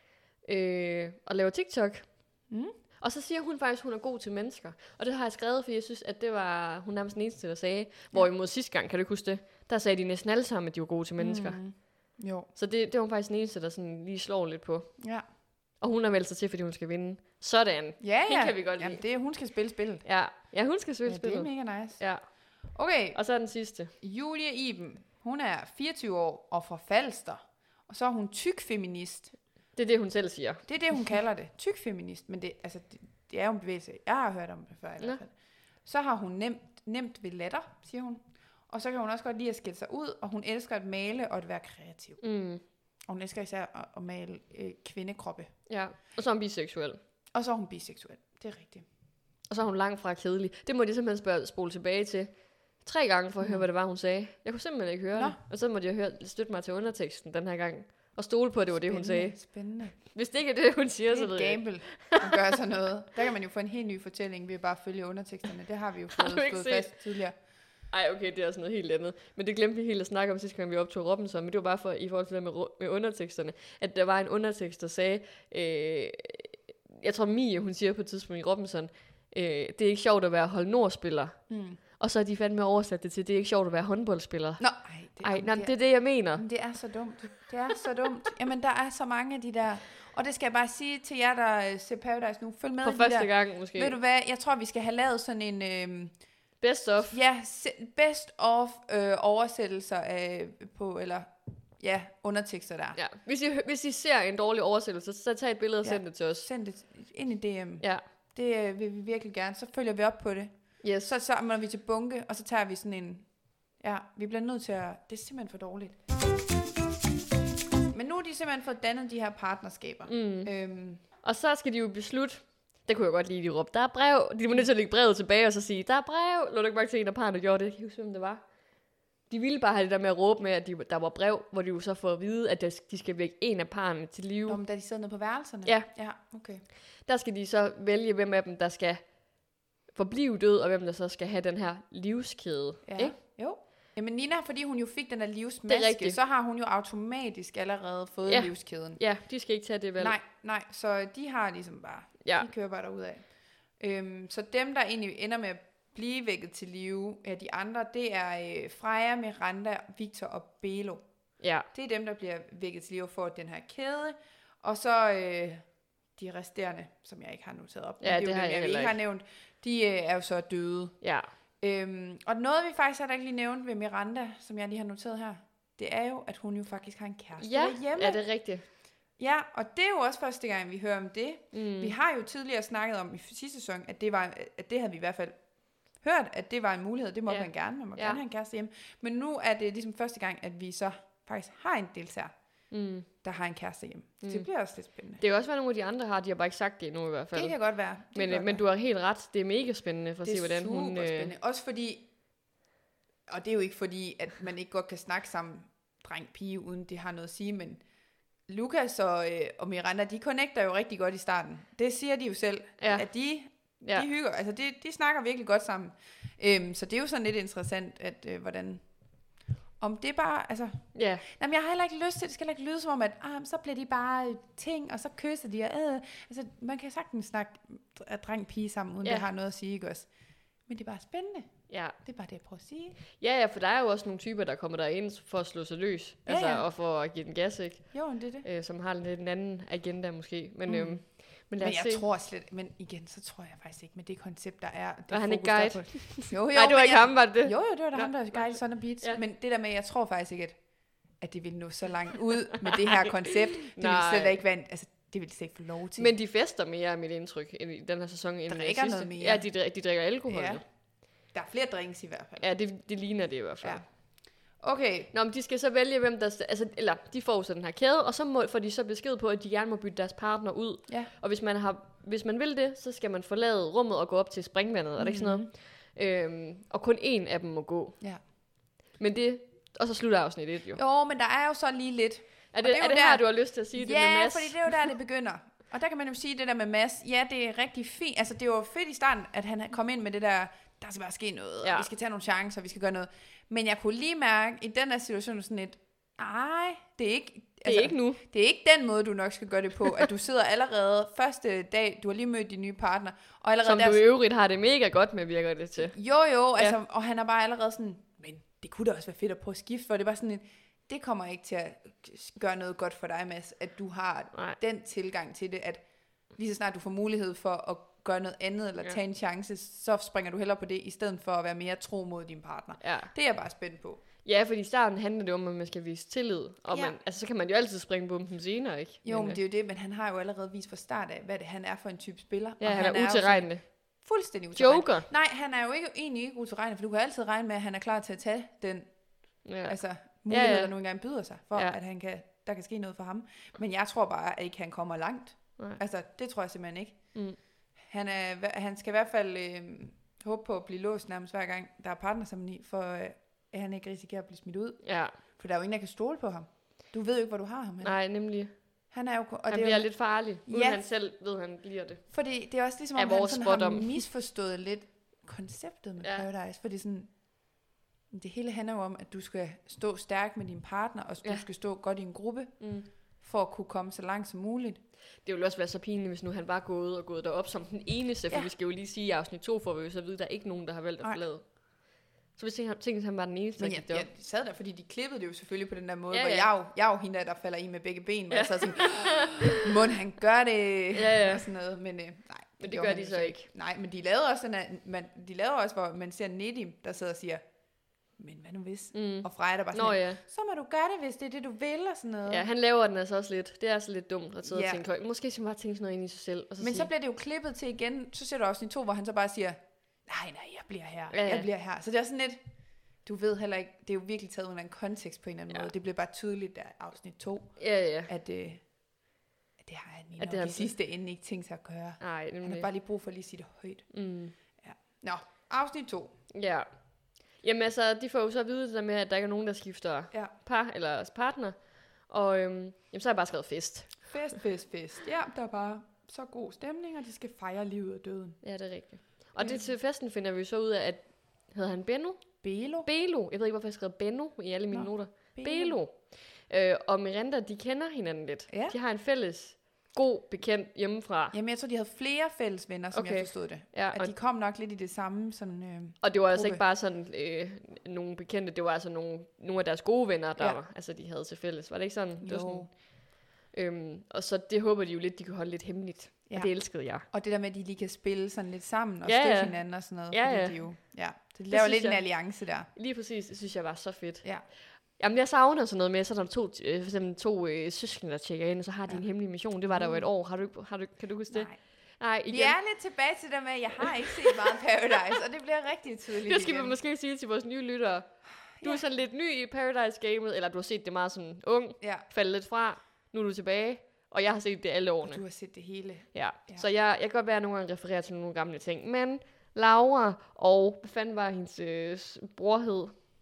Og laver TikTok. Mm. Og så siger hun faktisk, at hun er god til mennesker. Og det har jeg skrevet, fordi jeg synes, at det var hun nærmest den eneste, der sagde. Hvorimod sidste gang, kan du ikke huske det? Der sagde de næsten alle sammen, at de var gode til mennesker. Mm. Jo. Så det var hun faktisk den eneste, der sådan lige slår lidt på. Ja. Og hun har meldt sig til, fordi hun skal vinde. Sådan. Ja, Hende kan vi godt Jamen, lide. hun skal spille spillet. Ja, hun skal spille Ja, det er spillet. mega nice. Ja. Okay, Og så er den sidste. Julie Iben. Hun er 24 år og fra Falster. Og så er hun tyk feminist. Det er det, hun selv siger. Det er det, hun kalder det. Tyk feminist. Men det er jo en bevægelse. Jeg har hørt om det før i hvert fald. Så har hun nemt ved latter, siger hun. Og så kan hun også godt lide at skille sig ud. Og hun elsker at male og at være kreativ. Mm. Og hun elsker især at male kvindekroppe. Ja. Og så er hun biseksuel. Og så er hun biseksuel. Det er rigtigt. Og så er hun langt fra kedelig. Det må de simpelthen spole tilbage til 3 gange for at høre, hvad det var, hun sagde. Jeg kunne simpelthen ikke høre det. Og så måtte jeg støtte mig til underteksten den her gang. Og stole på, at det var det, hun sagde. Spændende. Hvis det ikke er det, hun siger, Det så er ved et jeg ikke. gamble at gøre sådan noget. Der kan man jo få en helt ny fortælling ved at bare følge underteksterne. Det har vi jo Har fået du ikke slået set? fast tidligere. Ej, okay, det er også noget helt andet. Men det glemte vi helt at snakke om sidste gang, vi optog Robinson. Men det var bare for, i forhold til det med underteksterne. At der var en undertekst, der sagde... jeg tror, Mie, hun siger på et tidspunkt i Robinson... det er ikke sjovt at være Hold Nord-spiller. Mm. Og så er de fandme oversat det til, det er ikke sjovt at være håndboldspiller. Nå, Det er det, jeg mener. det er så dumt. Det er så dumt. Jamen, der er så mange af de der... Og det skal jeg bare sige til jer, der ser Paradise nu. Følg med For i de første der. gang, måske. Ved du hvad? Jeg tror, vi skal have lavet sådan en... Best of. Ja, best of oversættelser af, undertekster der. Ja. Hvis I ser en dårlig oversættelse, så tag et billede og send det til os. Send det ind i DM. Ja. Det vil vi virkelig gerne. Så følger vi op på det. Yes. Så samler vi til bunke, og så tager vi sådan en... Ja, vi bliver nødt til at... Det er simpelthen for dårligt. Men nu har de simpelthen fået dannet de her partnerskaber. Og så skal de jo beslutte, det kunne jeg godt lide, de råbte, der er brev. De var nødt til at lægge brevet tilbage og så sige, der er brev. Lå du ikke bare til en af parerne, der gjorde det? Jeg kan ikke huske, hvem det var. De ville bare have det der med at råbe med, at der var brev, hvor de jo så får at vide, at de skal vække en af parerne til live. Da de sidder nede på værelserne? Ja. Ja, okay. Der skal de så vælge, hvem af dem, der skal forblive død, og hvem der så skal have den her livskæde. Ja. Ikke? Jo. Jamen Nina, fordi hun jo fik den der Det er livsmaske, rigtigt. så har hun jo automatisk allerede fået livskæden. Ja, de skal ikke tage det valg. Nej, så de har ligesom bare, de kører bare derudad. Så dem, der egentlig ender med at blive vækket til live, de andre, det er Freja, Miranda, Victor og Belo. Ja. Det er dem, der bliver vækket til live og får den her kæde. Og så de resterende, som jeg ikke har noteret op, Ja, det har jeg ikke har nævnt, de er jo så døde. Ja. Og noget, vi faktisk har ikke lige nævnt ved Miranda, som jeg lige har noteret her, det er jo, at hun jo faktisk har en kæreste derhjemme. Ja, det er rigtigt. Ja, og det er jo også første gang, vi hører om det. Vi har jo tidligere snakket om i sidste sæson, at det havde vi i hvert fald hørt, at det var en mulighed. Det måtte man gerne. Man må gerne have en kæreste hjemme. Men nu er det ligesom første gang, at vi så faktisk har en deltager, der har en kæreste hjemme. Det bliver også lidt spændende. Det er også, hvad nogle af de andre har. De har bare ikke sagt det endnu i hvert fald. Det kan godt være. Men du har helt ret. Det er mega spændende for at se, hvordan hun... Det er super spændende. Også fordi, og det er jo ikke fordi, at man ikke godt kan snakke sammen dreng-pige, uden det har noget at sige, men Lukas og Miranda, de connecter jo rigtig godt i starten. Det siger de jo selv, at de hygger. Altså, de snakker virkelig godt sammen. Så det er jo sådan lidt interessant, at hvordan... Om det bare, altså... Ja. Jamen, jeg har heller ikke lyst til, det skal ikke lyde som om, at så bliver de bare ting, og så kysser de, og altså, man kan sagtens snakke dreng-pige sammen, uden det har noget at sige, ikke også? Men det er bare spændende. Ja. Det er bare det, jeg prøver at sige. Ja, for der er jo også nogle typer, der kommer derind for at slå sig løs. Og for at give den gas, ikke? Jo, det er det. Som har lidt en anden agenda måske. Men jeg tror slet... Men igen, så tror jeg faktisk ikke med det koncept, der er... Var han ikke guide? Jo, nej, det var ikke ham, var det? Jo, det var da ham, der guide Sun og Beats. Ja. Men det der med, jeg tror faktisk ikke, at det ville nå så langt ud med det her koncept. Det ville slet ikke være... Altså, det ville slet ikke få lov til. Men de fester mere, mit indtryk, end i den her sæson. Drikker noget mere. Ja, de drikker alkohol. Ja. Der er flere drinks i hvert fald. Ja, det ligner det i hvert fald. Ja. Okay. Nå, men de skal så vælge, hvem der... Altså, eller de får så den her kæde, og så får de så besked på, at de gerne må bytte deres partner ud. Ja. Og hvis man vil det, så skal man forlade rummet og gå op til springvandet. Er det ikke sådan noget? Og kun én af dem må gå. Ja. Men det... Og så slutter afsnit 1 jo. Jo, men der er jo så lige lidt. Er det her, du har lyst til at sige det med Mads? Ja, fordi det er jo der, det begynder. Og der kan man jo sige det der med Mads. Ja, det er rigtig fint. Altså, det var fedt i starten, at han kom ind med det der... Der skal bare ske noget, og vi skal tage nogle chancer, vi skal gøre noget. Men jeg kunne lige mærke, i den her situation, sådan lidt, det er ikke... Det er ikke nu. Det er ikke den måde, du nok skal gøre det på, at du sidder allerede første dag, du har lige mødt din nye partner, og allerede som du i øvrigt har det mega godt med, virker det til. Jo, altså, og han er bare allerede sådan, men det kunne da også være fedt at prøve at skifte, for det var sådan det kommer ikke til at gøre noget godt for dig, Mads, at du har den tilgang til det, at lige så snart du får mulighed for at gøre noget andet, eller tage en chance, så springer du hellere på det, i stedet for at være mere tro mod din partner. Ja. Det er jeg bare spændt på. Ja, fordi i starten handler det om, at man skal vise tillid, og så kan man jo altid springe på dem senere, ikke? Jo, men det er jo det, men han har jo allerede vist fra start af, hvad det han er for en type spiller. Ja, og han er utilregnende. Fuldstændig utilregnende. Joker. Nej, han er jo egentlig ikke utilregnende, for du kan altid regne med, at han er klar til at tage den mulighed, der nu engang byder sig, for at der kan ske noget for ham. Men jeg tror bare, at ikke han kommer langt. Nej. Altså, det tror jeg simpelthen ikke. Han skal i hvert fald håbe på at blive låst nærmest hver gang, der er partnersammenhæng, for at han ikke risikerer at blive smidt ud. Ja. For der er jo ingen, der kan stole på ham. Du ved jo ikke, hvor du har ham. Nej, nemlig. Han er jo... Og han bliver lidt farlig, uden han selv ved, han bliver det. Fordi det er også ligesom, om han sådan har misforstået lidt konceptet med Paradise. Fordi sådan... Det hele handler jo om, at du skal stå stærk med din partner, og du skal stå godt i en gruppe, for at kunne komme så langt som muligt. Det ville også være så pinligt, hvis nu han var gået derop som den eneste, for vi skal jo lige sige, i afsnit 2 får vi jo så at vide, at der er ikke nogen, der har valgt at forlade. Så hvis tænkte, han var den eneste, der gik derop. Jeg sad der, fordi de klippede det jo selvfølgelig på den der måde, hvor jeg er jo hende, der falder i med begge ben, og så sådan, må han gør det, og sådan noget, men nej. Men det gør de så ikke. Nej, men de lavede også, hvor man ser Nedim, der sidder og siger, men hvad nu hvis? Og Freja der bare sådan, så må du gøre det, hvis det er det, du vil, og sådan noget. Ja, han laver den altså også lidt. Det er altså lidt dumt at sidde og tænke, måske skal man bare tænke sådan noget ind i sig selv. Og så men så bliver det jo klippet til igen, så ser du også i 2, hvor han så bare siger, nej, jeg bliver her, jeg bliver her. Så det er sådan lidt, du ved heller ikke, det er jo virkelig taget under en kontekst på en eller anden måde. Det bliver bare tydeligt der afsnit 2, at det har han i de sidste ende ikke tænkt sig at gøre. Nej, han har bare lige brug for at lige sige det højt. Ja. Nå, afsnit 2. Ja. Jamen altså, de får jo så at vide det der med, at der ikke er nogen, der skifter par eller partner. Og så har jeg bare skrevet fest. Fest. Ja, der er bare så god stemning, og de skal fejre livet og døden. Ja, det er rigtigt. Og det til festen finder vi så ud af, at hedder han Benno? Belo. Jeg ved ikke, hvorfor jeg skrev Benno i alle mine noter. Belo. Og Miranda, de kender hinanden lidt. Ja. De har en fælles god bekendt hjemmefra. Jamen, jeg tror, de havde flere fælles venner, som jeg forstod det. Ja, at de kom nok lidt i det samme sådan, og det var altså ikke bare sådan nogle bekendte, det var altså nogle af deres gode venner, der var, altså de havde til fælles. Var det ikke sådan? Det var sådan og så det håber de jo lidt, de kan holde lidt hemmeligt. Ja. Og det elskede jeg. Og det der med, at de lige kan spille sådan lidt sammen og støtte hinanden og sådan noget. Fordi de jo, så de laver lidt en alliance der. Lige præcis, det synes jeg var så fedt. Ja. Jamen, jeg savner sådan noget med, så er der for eksempel to søskende, der tjekker ind, og så har de en hemmelig mission. Det var der jo et år. Kan du huske det? Nej, igen. Vi er lidt tilbage til det med, at jeg har ikke set meget Paradise, og det bliver rigtig tydeligt. Det skal vi måske sige til vores nye lyttere. Du er sådan lidt ny i Paradise-gamet, eller du har set det meget sådan ung, faldet lidt fra, nu er du tilbage, og jeg har set det alle årene. Og du har set det hele. Ja. Så jeg kan godt være, at nogle gange refererer til nogle gamle ting, men Laura og, hvad fanden var hendes bror hed?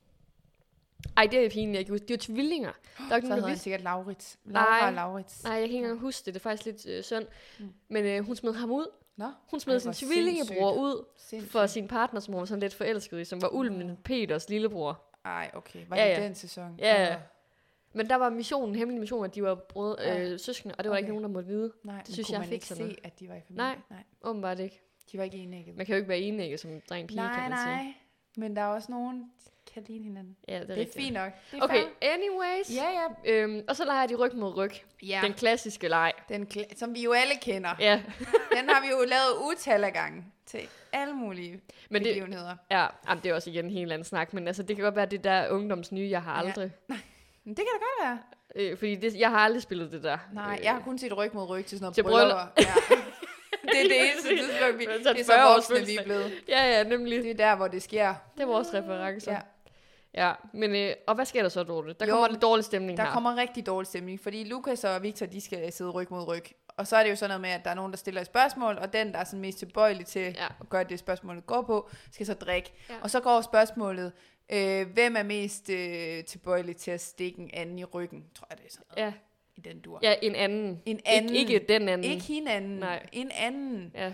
Ej, det er pinligt, jeg kan huske. De var tvillinger. Der var ikke nogen, der vidste. Sikkert Laurits. Laura og Laurits. Nej, jeg kan ikke engang huske det. Det er faktisk lidt synd. Men hun smed ham ud. Nå, hun smed sin tvillingebror ud for sin partner, som hun var sådan lidt forelsket i, som var Ulmen Peters lillebror. Ej, okay. Var det den sæson? Ja. Men der var hemmelig mission, at de var søskende, og det var ikke nogen, der måtte vide. Nej, det synes jeg man ikke se, at de var i familie. Nej, åbenbart ikke. De var ikke enægget. Man kan jo ikke være enægget som dreng pige, kan man sige. Nej, men der er også nogen, kan lide hinanden. Ja, det er fint nok. Det er okay, anyways. Ja. Og så leger de ryg mod ryg. Ja. Den klassiske leg. Som vi jo alle kender. Ja. Den har vi jo lavet utal af gange til alle mulige begivenheder. Jamen, det er også igen en helt anden snak, men altså, det kan godt være det der ungdomsnye, jeg har aldrig. Nej, det kan da godt være. Fordi jeg har aldrig spillet det der. Nej, jeg har kun set ryg mod ryg til sådan noget bryllupper. Ja. Det er det eneste tidspunkt, det er så voksne, vi er blevet. Ja, nemlig. Det er der, hvor det sker. Det er vores referencer. Ja, men og hvad sker der så, Dorte? Der kommer lidt dårlig stemning her. Der kommer rigtig dårlig stemning, fordi Lukas og Victor, de skal sidde ryg mod ryg. Og så er det jo sådan noget med, at der er nogen, der stiller et spørgsmål, og den, der er sådan mest tilbøjelig til at gøre det, spørgsmålet går på, skal så drikke. Ja. Og så går spørgsmålet, hvem er mest tilbøjelig til at stikke en anden i ryggen? Tror jeg, det er sådan noget. Ja. I den dur. Ja, en anden. Ikke den anden. Ikke hinanden. Nej. En anden. Ja.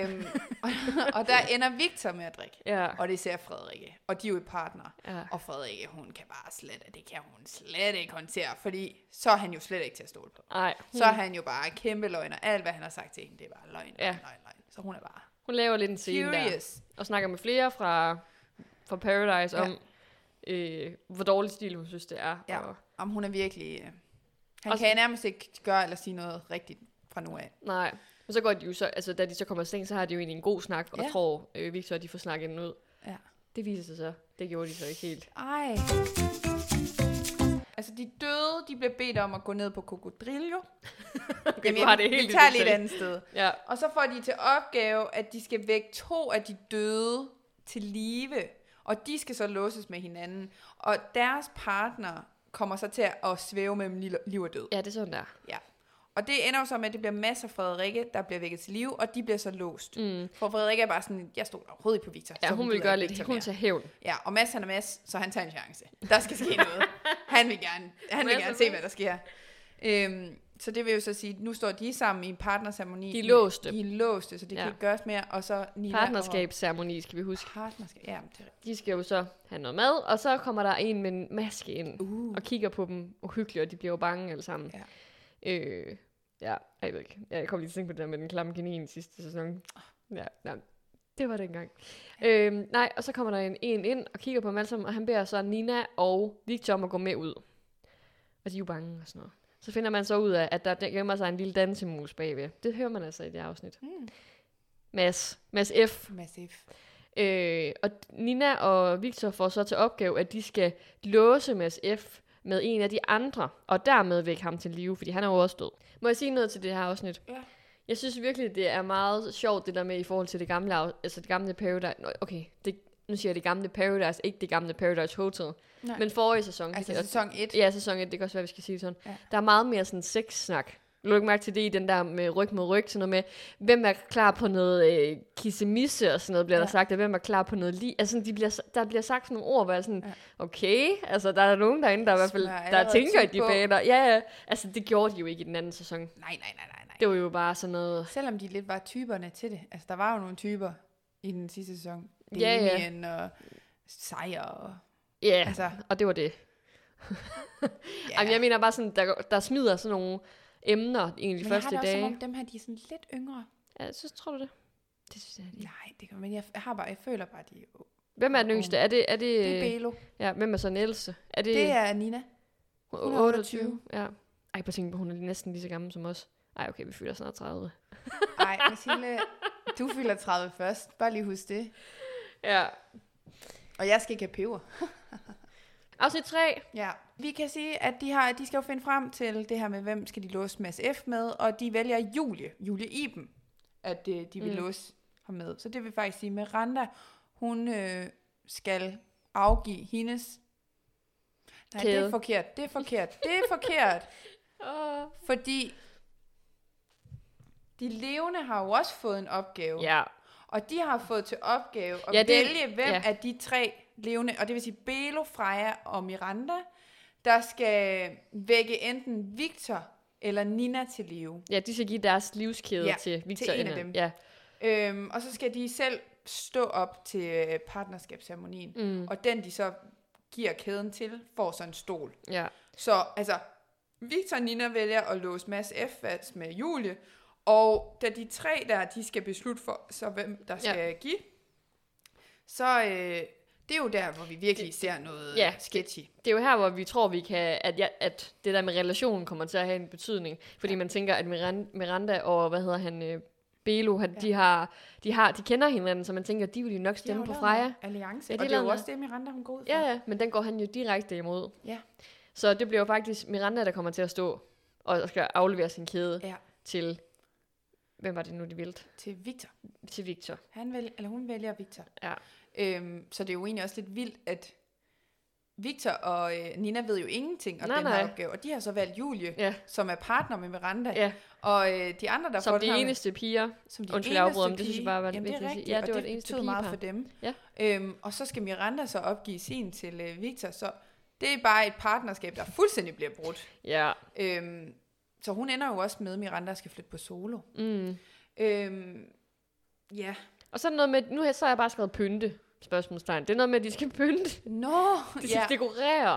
Og der ender Victor med at drikke. Ja. Og det ser Frederikke. Og de er jo partner. Ja. Og Frederikke, hun kan bare slet ikke håndtere. Fordi så er han jo slet ikke til at stole på. Nej. Så er han jo bare kæmpe løgn. Og alt, hvad han har sagt til hende, det er bare løgn. Så hun er bare hun laver lidt en scene der. Og snakker med flere fra Paradise om, hvor dårlig stil hun synes, det er. Ja. Og om hun er virkelig... Han kan nærmest ikke gøre eller sige noget rigtigt fra nu af. Nej, men så går de jo så, altså da de så kommer i seng, så har de jo egentlig en god snak, og tror Victor, at de får snakket den ud. Ja. Det viser sig så. Det gjorde de så ikke helt. Ej. Altså de døde, de blev bedt om at gå ned på Cocodrillo. Jamen, vi tager lidt andet sted. Ja. Og så får de til opgave, at de skal vække 2 af de døde til live. Og de skal så låses med hinanden. Og deres partner kommer så til at svæve mellem liv og død. Ja, det er sådan der. Ja. Og det ender jo så med, at det bliver Mads og Frederikke, der bliver vækket til live, og de bliver så låst. For Frederikke er bare sådan, jeg stod overhovedet ikke på Victor. Ja, hun vil gøre lidt. Hun tager hævn. Ja, og Mads han er Mads, så han tager en chance. Der skal ske noget. Han vil gerne se, hvad der sker. Så det vil jo så sige, nu står de sammen i en partnerceremoni. De er låste, så det kan ikke gøres mere. Og så Nina partnerskabsceremoni, skal vi huske. Partnerskab, ja. De skal jo så have noget mad, og så kommer der en med en maske ind og kigger på dem uhyggeligt, og de bliver jo bange alle sammen. Ja. Jeg ved ikke. Jeg kom lige til at tænke på det der med den klamme kanin i sidste sæson. Ja, det var dengang. Nej, og så kommer der en ind og kigger på dem alle sammen, og han beder så Nina og Victor om at gå med ud. Og de er jo bange og sådan noget. Så finder man så ud af, at der gemmer sig en lille dansemus bagved. Det hører man altså i det afsnit. Mads F. Og Nina og Victor får så til opgave, at de skal låse Mads F. med en af de andre, og dermed vække ham til live, fordi han er jo også død. Må jeg sige noget til det her afsnit? Ja. Jeg synes virkelig, det er meget sjovt, det der med i forhold til det gamle Paradise. Okay, nu siger jeg det gamle Paradise, ikke det gamle Paradise Hotel. Nej. Men forrige sæson. Altså sæson 1? Ja, sæson 1, det kan også være, vi skal sige sådan. Ja. Der er meget mere sådan sex-snak. Du ikke mærke til det i den der med ryg mod ryg, sådan noget med, hvem er klar på noget kissemisse og sådan noget, bliver der sagt, og hvem er klar på noget lige. Altså, der bliver sagt sådan nogle ord, hvor jeg sådan, okay, altså, der er nogen derinde, der i hvert fald, der tænker i de baner. Ja, altså, det gjorde de jo ikke i den anden sæson. Nej. Det var jo bare sådan noget. Selvom de lidt var typerne til det. Altså, der var jo nogle typer i den sidste sæson. Damien og Sejr og... Ja, altså. Og det var det. Jamen, jeg mener bare sådan, der smider sådan nogle emner egentlig første dage. Men jeg har det også som om, dem her, de er sådan lidt yngre. Ja, så tror du det? Det synes jeg, nej, det kan men jeg føler bare, de er... Hvem er den yngste? Er det det er Belo. Ja, hvem er så den ældste? Det er Nina. Hun er 28. Ja. Ej, bare tænk på, hun er næsten lige så gammel som os. Ej, okay, vi fylder snart 30. Ej, Mathilde, du fylder 30 først. Bare lige husk det. Ja. Og jeg skal ikke have peber. Afsnit 3. Ja, vi kan sige, at de skal jo finde frem til det her med, hvem skal de låse Mads F. med, og de vælger Julie Iben, at de vil låse ham med. Så det vil faktisk sige, Miranda, hun skal afgive hendes... Nej, Kæde. det er forkert. Fordi de levende har jo også fået en opgave. Ja. Og de har fået til opgave at vælge, hvem af de 3 levende, og det vil sige Belo, Freja og Miranda, der skal vække enten Victor eller Nina til live. Ja, de skal give deres livskæde til Victor. Til en af dem. Ja. Og så skal de selv stå op til partnerskabsceremonien. Og den, de så giver kæden til, får så en stol. Ja. Så altså, Victor og Nina vælger at låse Mads F. fast med Julie, og da de 3 der, de skal beslutte for, så hvem der skal give, så det er jo der, hvor vi virkelig ser noget sketchy. Det er jo her, hvor vi tror, vi kan, at det der med relationen kommer til at have en betydning. Fordi man tænker, at Miranda og, Belo, de kender hinanden, så man tænker, at de vil jo nok stemme på Freja. Alliance, og det er jo også det, Miranda hun går ud for. Ja, men den går han jo direkte imod. Ja. Så det bliver jo faktisk Miranda, der kommer til at stå og skal aflevere sin kæde til... Hvem var det nu, de ville? Til Victor. Til Victor. Hun vælger Victor. Ja. Så det er jo egentlig også lidt vildt, at Victor og Nina ved jo ingenting om den her opgave. Og de har så valgt Julie, som er partner med Miranda. Ja. Og de andre, der som de eneste piger. Undskyld, jeg afbryder, men det synes jeg bare var det vigtigt. Rigtigt, ja, det var det eneste piger. Meget for dem. Ja. Og så skal Miranda så opgive sin til Victor. Så det er bare et partnerskab, der fuldstændig bliver brudt. Ja. Så hun ender jo også med, at Miranda skal flytte på solo. Ja. Og så er noget med, så har jeg bare skrevet pynte, spørgsmålstegn. Det er noget med, at de skal pynte. De skal dekorere.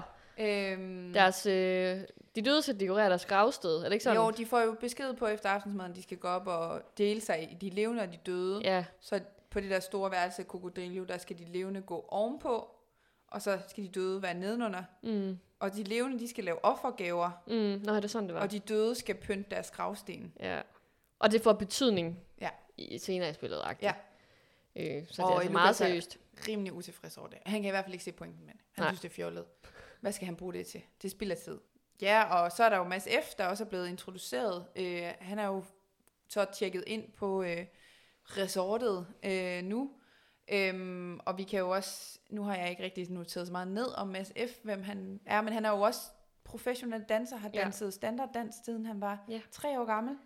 De døde skal dekorere deres gravsted, er det ikke sådan? Jo, de får jo besked på efter aftensmaden, de skal gå op og dele sig i de levende og de døde. Ja. Så på det der store værelse, Cocodrillo, der skal de levende gå ovenpå, og så skal de døde være nedenunder. Og de levende, de skal lave offergaver. Nå, det er sådan, det var. Og de døde skal pynte deres gravsten. Ja. Og det får betydning i senere i spillet. Ja. Så det er altså meget seriøst. Rimelig utilfreds over det. Han kan i hvert fald ikke se pointen med det. Han synes, det er fjollet. Hvad skal han bruge det til? Det spilder tid. Ja, og så er der jo Mads F., der også er blevet introduceret. Han er jo så tjekket ind på resortet nu. Og vi kan jo også, nu har jeg ikke rigtig noteret så meget ned om Mads F., hvem han er, men han er jo også professionel danser, har danset standarddans, siden han var 3 år gammel.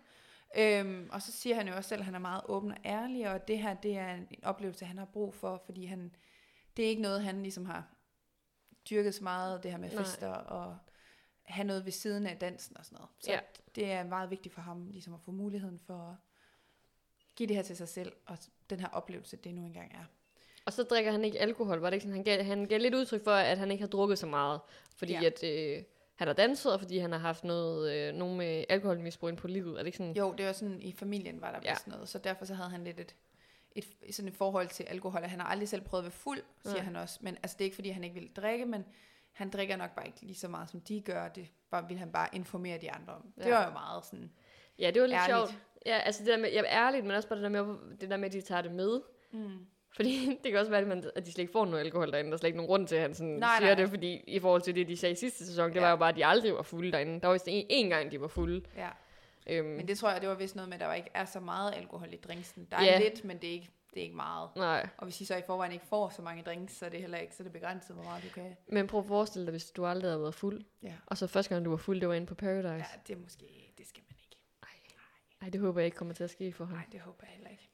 Og så siger han jo også selv, at han er meget åben og ærlig, og det her, det er en oplevelse, han har brug for, fordi det er ikke noget, han ligesom har dyrket så meget, det her med fester og have noget ved siden af dansen og sådan noget. Så det er meget vigtigt for ham, ligesom at få muligheden for at give det her til sig selv, og den her oplevelse, det nu engang er. Og så drikker han ikke alkohol, var det ikke sådan? Han gav lidt udtryk for, at han ikke har drukket så meget, fordi at han har danset, og fordi han har haft nogen med alkoholmisbrug ind på livet, er det ikke sådan? Jo, det var sådan, i familien var der vist noget, så derfor så havde han lidt sådan et forhold til alkohol, at han har aldrig selv prøvet at være fuld, siger han også, men altså det er ikke fordi, han ikke vil drikke, men han drikker nok bare ikke lige så meget, som de gør, det vil han bare informere de andre om. Det var jo meget sådan ja, det var lidt sjovt. Ja, altså det der med, ærligt, men også bare det der med, at de tager det med. Fordi det kan også være, at de slet ikke får noget alkohol derinde. Der er slet ikke nogen grund til, at han siger det, fordi i forhold til det, de sagde i sidste sæson, det var jo bare, at de aldrig var fulde derinde. Der var vist en gang, de var fulde. Ja. Men det tror jeg, det var vist noget med, at der ikke er så meget alkohol i drinksen. Der er lidt, men det er ikke meget. Nej. Og hvis I så i forvejen ikke får så mange drinks, så er det heller ikke, så er det begrænset, hvor meget du kan. Men prøv at forestille dig, hvis du aldrig havde været fuld. Ja. Og så første gang, du var fuld, det var inde på Paradise. Ja, det skal man ikke. Nej, det håber jeg ikke kommer til at ske for ham. Nej, det håber jeg heller ikke.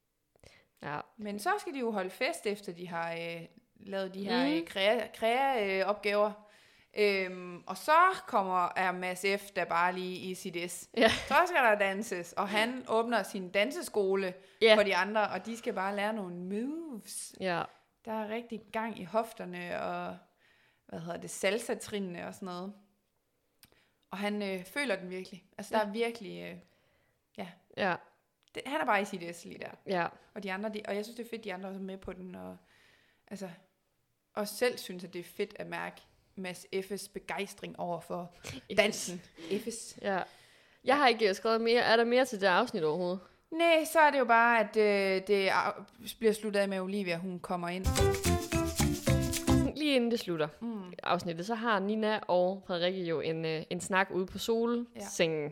Ja. Men så skal de jo holde fest, efter de har lavet de her opgaver. Og så er Mads F. der bare lige i sit S. Ja. Så skal der danses, og han åbner sin danseskole for de andre, og de skal bare lære nogle moves. Ja. Der er rigtig gang i hofterne, og salsa-trinene og sådan noget. Og han føler den virkelig. Altså der er virkelig, han er bare i sit S lige der. Ja. Og de andre, og jeg synes det er fedt, de andre er med på den, og selv synes at det er fedt at mærke Mads F.'s begejstring over for dansen. F's. Ja. Jeg har ikke skrevet mere. Er der mere til det afsnit overhovedet? Nej, så er det jo bare, at det bliver sluttet af med Olivia, hun kommer ind. Lige inden det slutter afsnittet, så har Nina og Frederikke jo en snak ude på solsengen,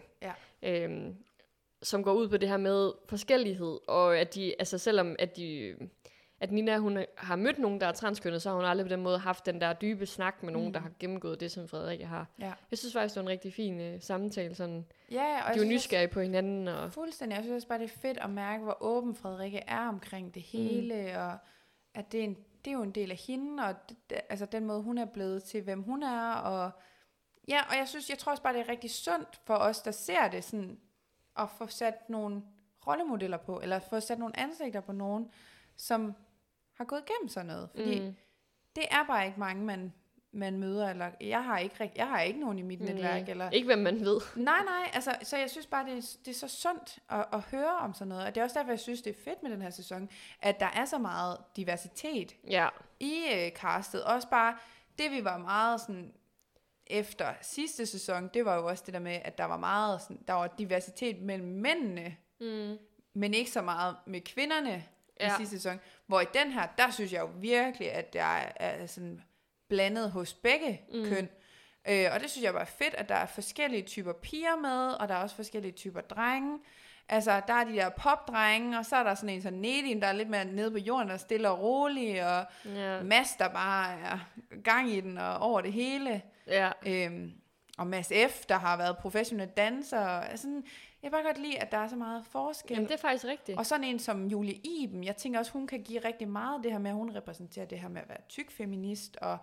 som går ud på det her med forskellighed, og at de, altså selvom at Nina, hun har mødt nogen, der er transkønnet, så har hun aldrig på den måde haft den der dybe snak med nogen, der har gennemgået det, som Frederikke har. Ja. Jeg synes faktisk, det var en rigtig fin samtale. Sådan. Ja, og de er jo nysgerrige på hinanden. Og fuldstændig. Jeg synes også bare, det er fedt at mærke, hvor åben Frederikke er omkring det hele, og at det er jo en del af hende, og altså den måde, hun er blevet til, hvem hun er. Og jeg tror også bare, det er rigtig sundt for os, der ser det, sådan, at få sat nogle rollemodeller på, eller få sat nogle ansigter på nogen, som har gået igennem sådan noget. Fordi det er bare ikke mange, man møder, eller jeg har ikke nogen i mit netværk. Eller ikke hvem man ved. Nej, altså, så jeg synes bare, det er så sundt at høre om sådan noget. Og det er også derfor, jeg synes, det er fedt med den her sæson, at der er så meget diversitet i castet. Også bare, det vi var meget sådan, efter sidste sæson, det var jo også det der med, at der var meget sådan, der var diversitet mellem mændene, men ikke så meget med kvinderne i sidste sæson. Hvor i den her, der synes jeg jo virkelig, at der er sådan blandet hos begge køn. Og det synes jeg bare er fedt, at der er forskellige typer piger med, og der er også forskellige typer drenge. Altså, der er de der popdrenge, og så er der sådan en sådan Nedin, der er lidt mere nede på jorden, og stille og rolig, og Mads, der bare er gang i den, og over det hele. Ja. Og Mads F., der har været professionel danser. Altså, jeg kan bare godt lide, at der er så meget forskel. Jamen, det er faktisk rigtigt. Og sådan en som Julie Iben, jeg tænker også, hun kan give rigtig meget det her med, at hun repræsenterer det her med at være tyk feminist, og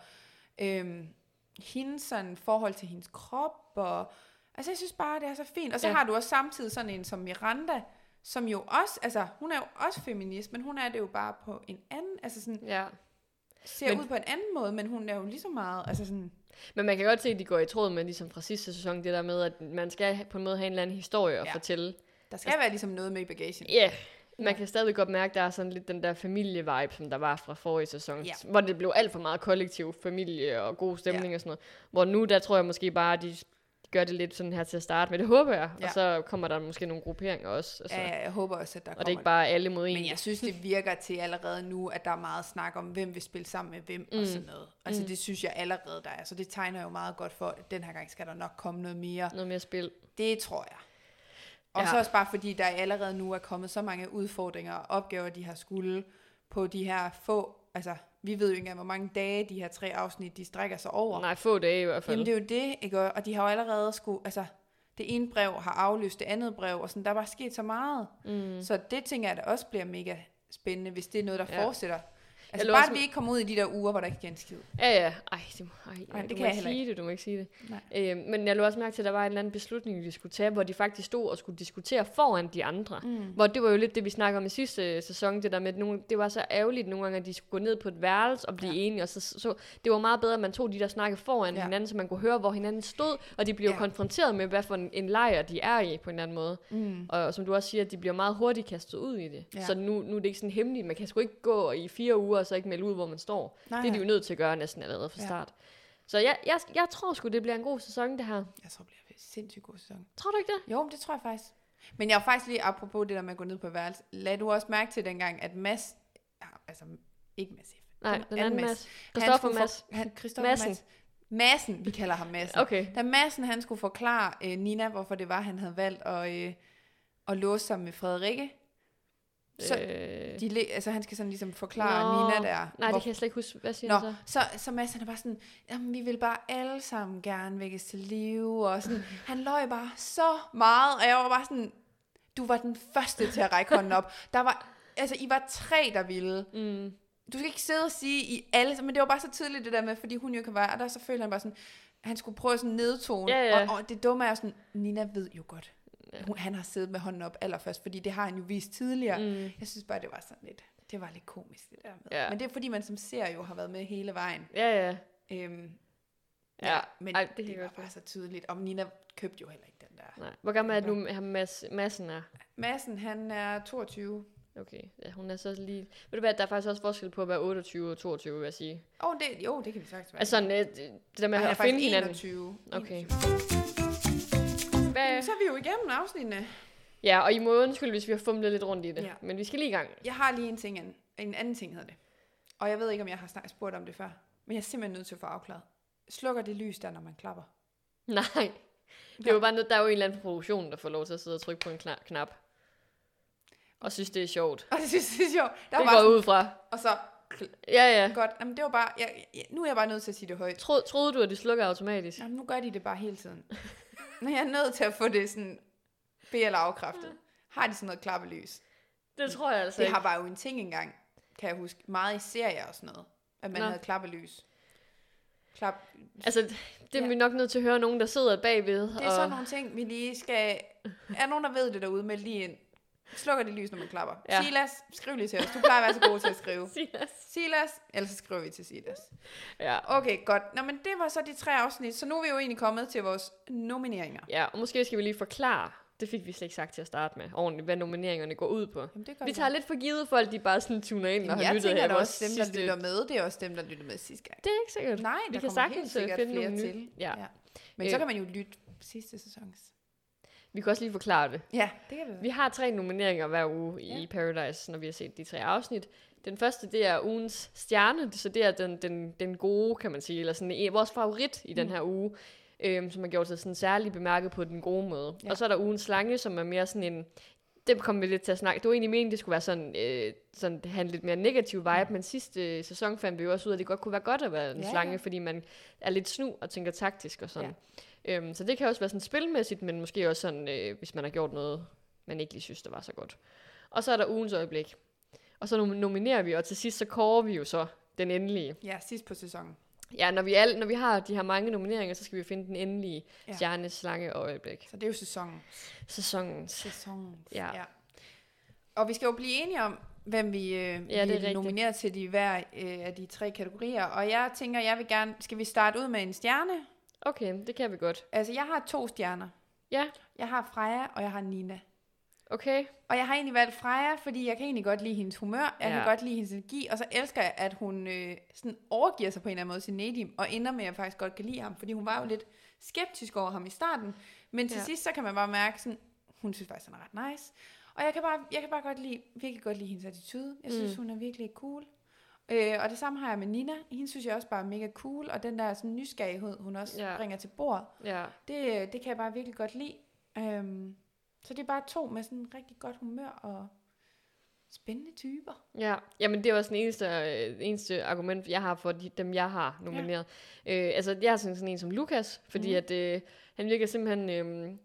hendes sådan forhold til hendes krop, og altså jeg synes bare, det er så fint. Og så har du også samtidig sådan en som Miranda, som jo også, altså hun er jo også feminist, men hun er det jo bare på en anden, altså sådan, ser ud på en anden måde, men hun er jo lige så meget, altså sådan. Men man kan godt se, at de går i tråd med, ligesom fra sidste sæson, det der med, at man skal på en måde have en eller anden historie at fortælle. Der skal være ligesom noget med i bagagen. Ja, man kan stadig godt mærke, at der er sådan lidt den der familievibe, som der var fra forrige sæson, hvor det blev alt for meget kollektiv familie og god stemning og sådan noget. Hvor nu, der tror jeg måske bare, at de gør det lidt sådan her til at starte med. Det håber jeg. Og så kommer der måske nogle grupperinger også. Altså. Ja, jeg håber også, at der kommer. Og det er ikke bare alle mod en. Men jeg synes, det virker til allerede nu, at der er meget snak om, hvem vil spille sammen med hvem og sådan noget. Altså det synes jeg allerede, der er. Så det tegner jo meget godt for, at den her gang skal der nok komme noget mere spil. Det tror jeg. Og så også bare fordi, der allerede nu er kommet så mange udfordringer og opgaver, de har skulle på de her få, altså vi ved jo ikke engang, hvor mange dage de her 3 afsnit, de strækker sig over. Nej, få dage i hvert fald. Jamen det er jo det, ikke? Og de har jo allerede altså det ene brev har aflyst det andet brev, og sådan, der er bare sket så meget. Så det tænker jeg, at det også bliver mega spændende, hvis det er noget, der fortsætter. Altså bare, at vi ikke kommer ud i de der uger, hvor der ikke sker en skid. Ja. Det kan jeg heller ikke. Du må ikke sige det. Men jeg lå også mærke til, at der var en eller anden beslutning, de skulle tage, hvor de faktisk stod og skulle diskutere foran de andre. Hvor det var jo lidt det, vi snakkede om i sidste sæson, det der med, at det var så ærgerligt nogle gange, at de skulle gå ned på et værelse og blive enige. Og så det var meget bedre, at man tog de der snakke foran hinanden, så man kunne høre, hvor hinanden stod, og de blev konfronteret med, hvad for en lejr de er i på en eller anden måde. Og som du også siger, de bliver meget hurtigt kastet ud i det. Så nu er det ikke sådan hemmeligt. Man kan sgu ikke gå i 4 uger og så ikke melde ud, hvor man står. Det er de jo nødt til at gøre næsten allerede fra start. Så jeg tror sgu, det bliver en god sæson, det her. Jeg tror, det bliver en sindssygt god sæson. Tror du ikke det? Jo, det tror jeg faktisk. Men jeg er faktisk lige, apropos det der med at gå ned på værelse, lad du også mærke til dengang, at Mads, altså ikke Mads, nej, den anden Mads. Christoffer Madsen, vi kalder ham Madsen. Okay. Da Madsen, han skulle forklare Nina, hvorfor det var, han havde valgt at låse sig med Frederikke, så altså han skal sådan ligesom forklare Nina der. Nej, det kan jeg slet ikke huske. Hvad siger han så Mads, han er bare sådan, jamen vi vil bare alle sammen gerne vækkes til live, og sådan, han løj bare så meget, og jeg var bare sådan, du var den første til at række hånden op. Der var, altså I var 3, der ville. Du skal ikke sidde og sige i alle, men det var bare så tydeligt det der med, fordi hun jo kan være, og der så følte han bare sådan, han skulle prøve sådan nedtone, og det dumme er sådan, Nina ved jo godt. Han har siddet med hånden op allerførst, fordi det har han jo vist tidligere. Jeg synes bare, det var sådan lidt, det var lidt komisk det der med. Men det er fordi, man som ser jo har været med hele vejen. Men det var bare så tydeligt. Og Nina købte jo heller ikke den der. Nej. Hvor gammel er det nu, Madsen er? Madsen, han er 22. Okay, ja, hun er så lige. Ved du hvad, der er faktisk også forskel på at være 28 og 22, vil jeg sige. Det kan vi faktisk være. Altså, det der med at finde hinanden. 21. Okay. Så er vi jo igennem afsnittene. Ja, og I må undskylde, hvis vi har fumlet lidt rundt i det. Men vi skal lige i gang. Jeg har lige en anden ting hedder det. og jeg ved ikke, om jeg har spurgt om det før, men jeg er simpelthen nødt til at få afklaret. Slukker det lys der, når man klapper? Nej. Det er jo bare noget, der er jo en eller anden produktion, der får lov til at sidde og trykke på en knap. Og synes, det er sjovt. Og det synes det er sjovt. Der det var går sådan, ud fra. Og så... Ja. Godt. Jamen, det var bare... nu er jeg bare nødt til at sige det højt. Troede du, at de slukker automatisk? Jamen, nu gør de det bare hele tiden. Når jeg er nødt til at få det sådan... be- eller afkræftet. Har de sådan noget klappelys? Det tror jeg altså det ikke. har bare jo en ting engang, kan jeg huske. Meget i serier og sådan noget. At man havde klappelys. Altså, det er vi nok nødt til at høre nogen, der sidder bagved. Det er sådan nogle ting, vi lige skal... Er nogen, der ved det derude, med lige ind? Slukker det lys, når man klapper. Ja. Silas, skriv lige til os. Du plejer at være så god til at skrive. Silas, ellers så skriver vi til Silas. Ja. Okay, godt. Nå, men det var så de 3 afsnit. Så nu er vi jo egentlig kommet til vores nomineringer. Ja, og måske skal vi lige forklare, det fik vi slet ikke sagt til at starte med, ordentligt, hvad nomineringerne går ud på. Jamen, vi tager lidt for givet folk, de bare sådan tuner ind og har lyttet her. Jeg tænker, også dem, der lytter med, det er også dem, der lytter med sidste gang. Det er ikke sikkert. Nej, vi kan sagtens finde flere nogle til. Ja. Men så kan man jo lytte sidste sæsons. Vi kan også lige forklare det. Ja, det kan vi. Vi har 3 nomineringer hver uge i Paradise, når vi har set de 3 afsnit. Den første, det er ugens stjerne, så det er den gode, kan man sige, eller sådan vores favorit i den her uge, som har gjort sig sådan særligt bemærket på den gode måde. Ja. Og så er der ugens slange, som er mere sådan en... Det kommer vi lidt til at snakke. Det var egentlig meningen, det skulle være sådan have en lidt mere negativ vibe, men sidste sæson fandt vi jo også ud af, at det godt kunne være godt at være en slange, fordi man er lidt snu og tænker taktisk og sådan. Ja. Så det kan også være sådan spilmæssigt, men måske også sådan, hvis man har gjort noget, man ikke lige synes, der var så godt. Og så er der ugens øjeblik. Og så nominerer vi, og til sidst så kårer vi jo så den endelige. Ja, sidst på sæsonen. Ja, når vi har de her mange nomineringer, så skal vi finde den endelige stjerne, slange og øjeblik. Så det er jo sæsonens. Ja. Og vi skal jo blive enige om, hvem vi nominerer til de hver af de 3 kategorier. Og jeg tænker, skal vi starte ud med en stjerne? Okay, det kan vi godt. Altså, jeg har 2 stjerner. Ja. Jeg har Freja, og jeg har Nina. Okay. Og jeg har egentlig valgt Freja, fordi jeg kan egentlig godt lide hendes humør, jeg kan godt lide hendes energi, og så elsker jeg, at hun sådan overgiver sig på en eller anden måde til Nedim, og ender med, at jeg faktisk godt kan lide ham, fordi hun var jo lidt skeptisk over ham i starten, men til sidst, så kan man bare mærke, sådan, hun synes faktisk, han er ret nice. Og jeg kan bare virkelig godt lide hendes attitude. Jeg synes, hun er virkelig cool. Og det samme har jeg med Nina. Hende synes jeg også bare er mega cool, og den der sådan nysgerrighed, hun også bringer til bordet, det kan jeg bare virkelig godt lide. Så det er bare 2 med sådan rigtig godt humør og spændende typer. Ja, jamen det er også den eneste argument, jeg har for dem, jeg har nomineret. Altså jeg har sådan en som Lukas, fordi at han virker simpelthen...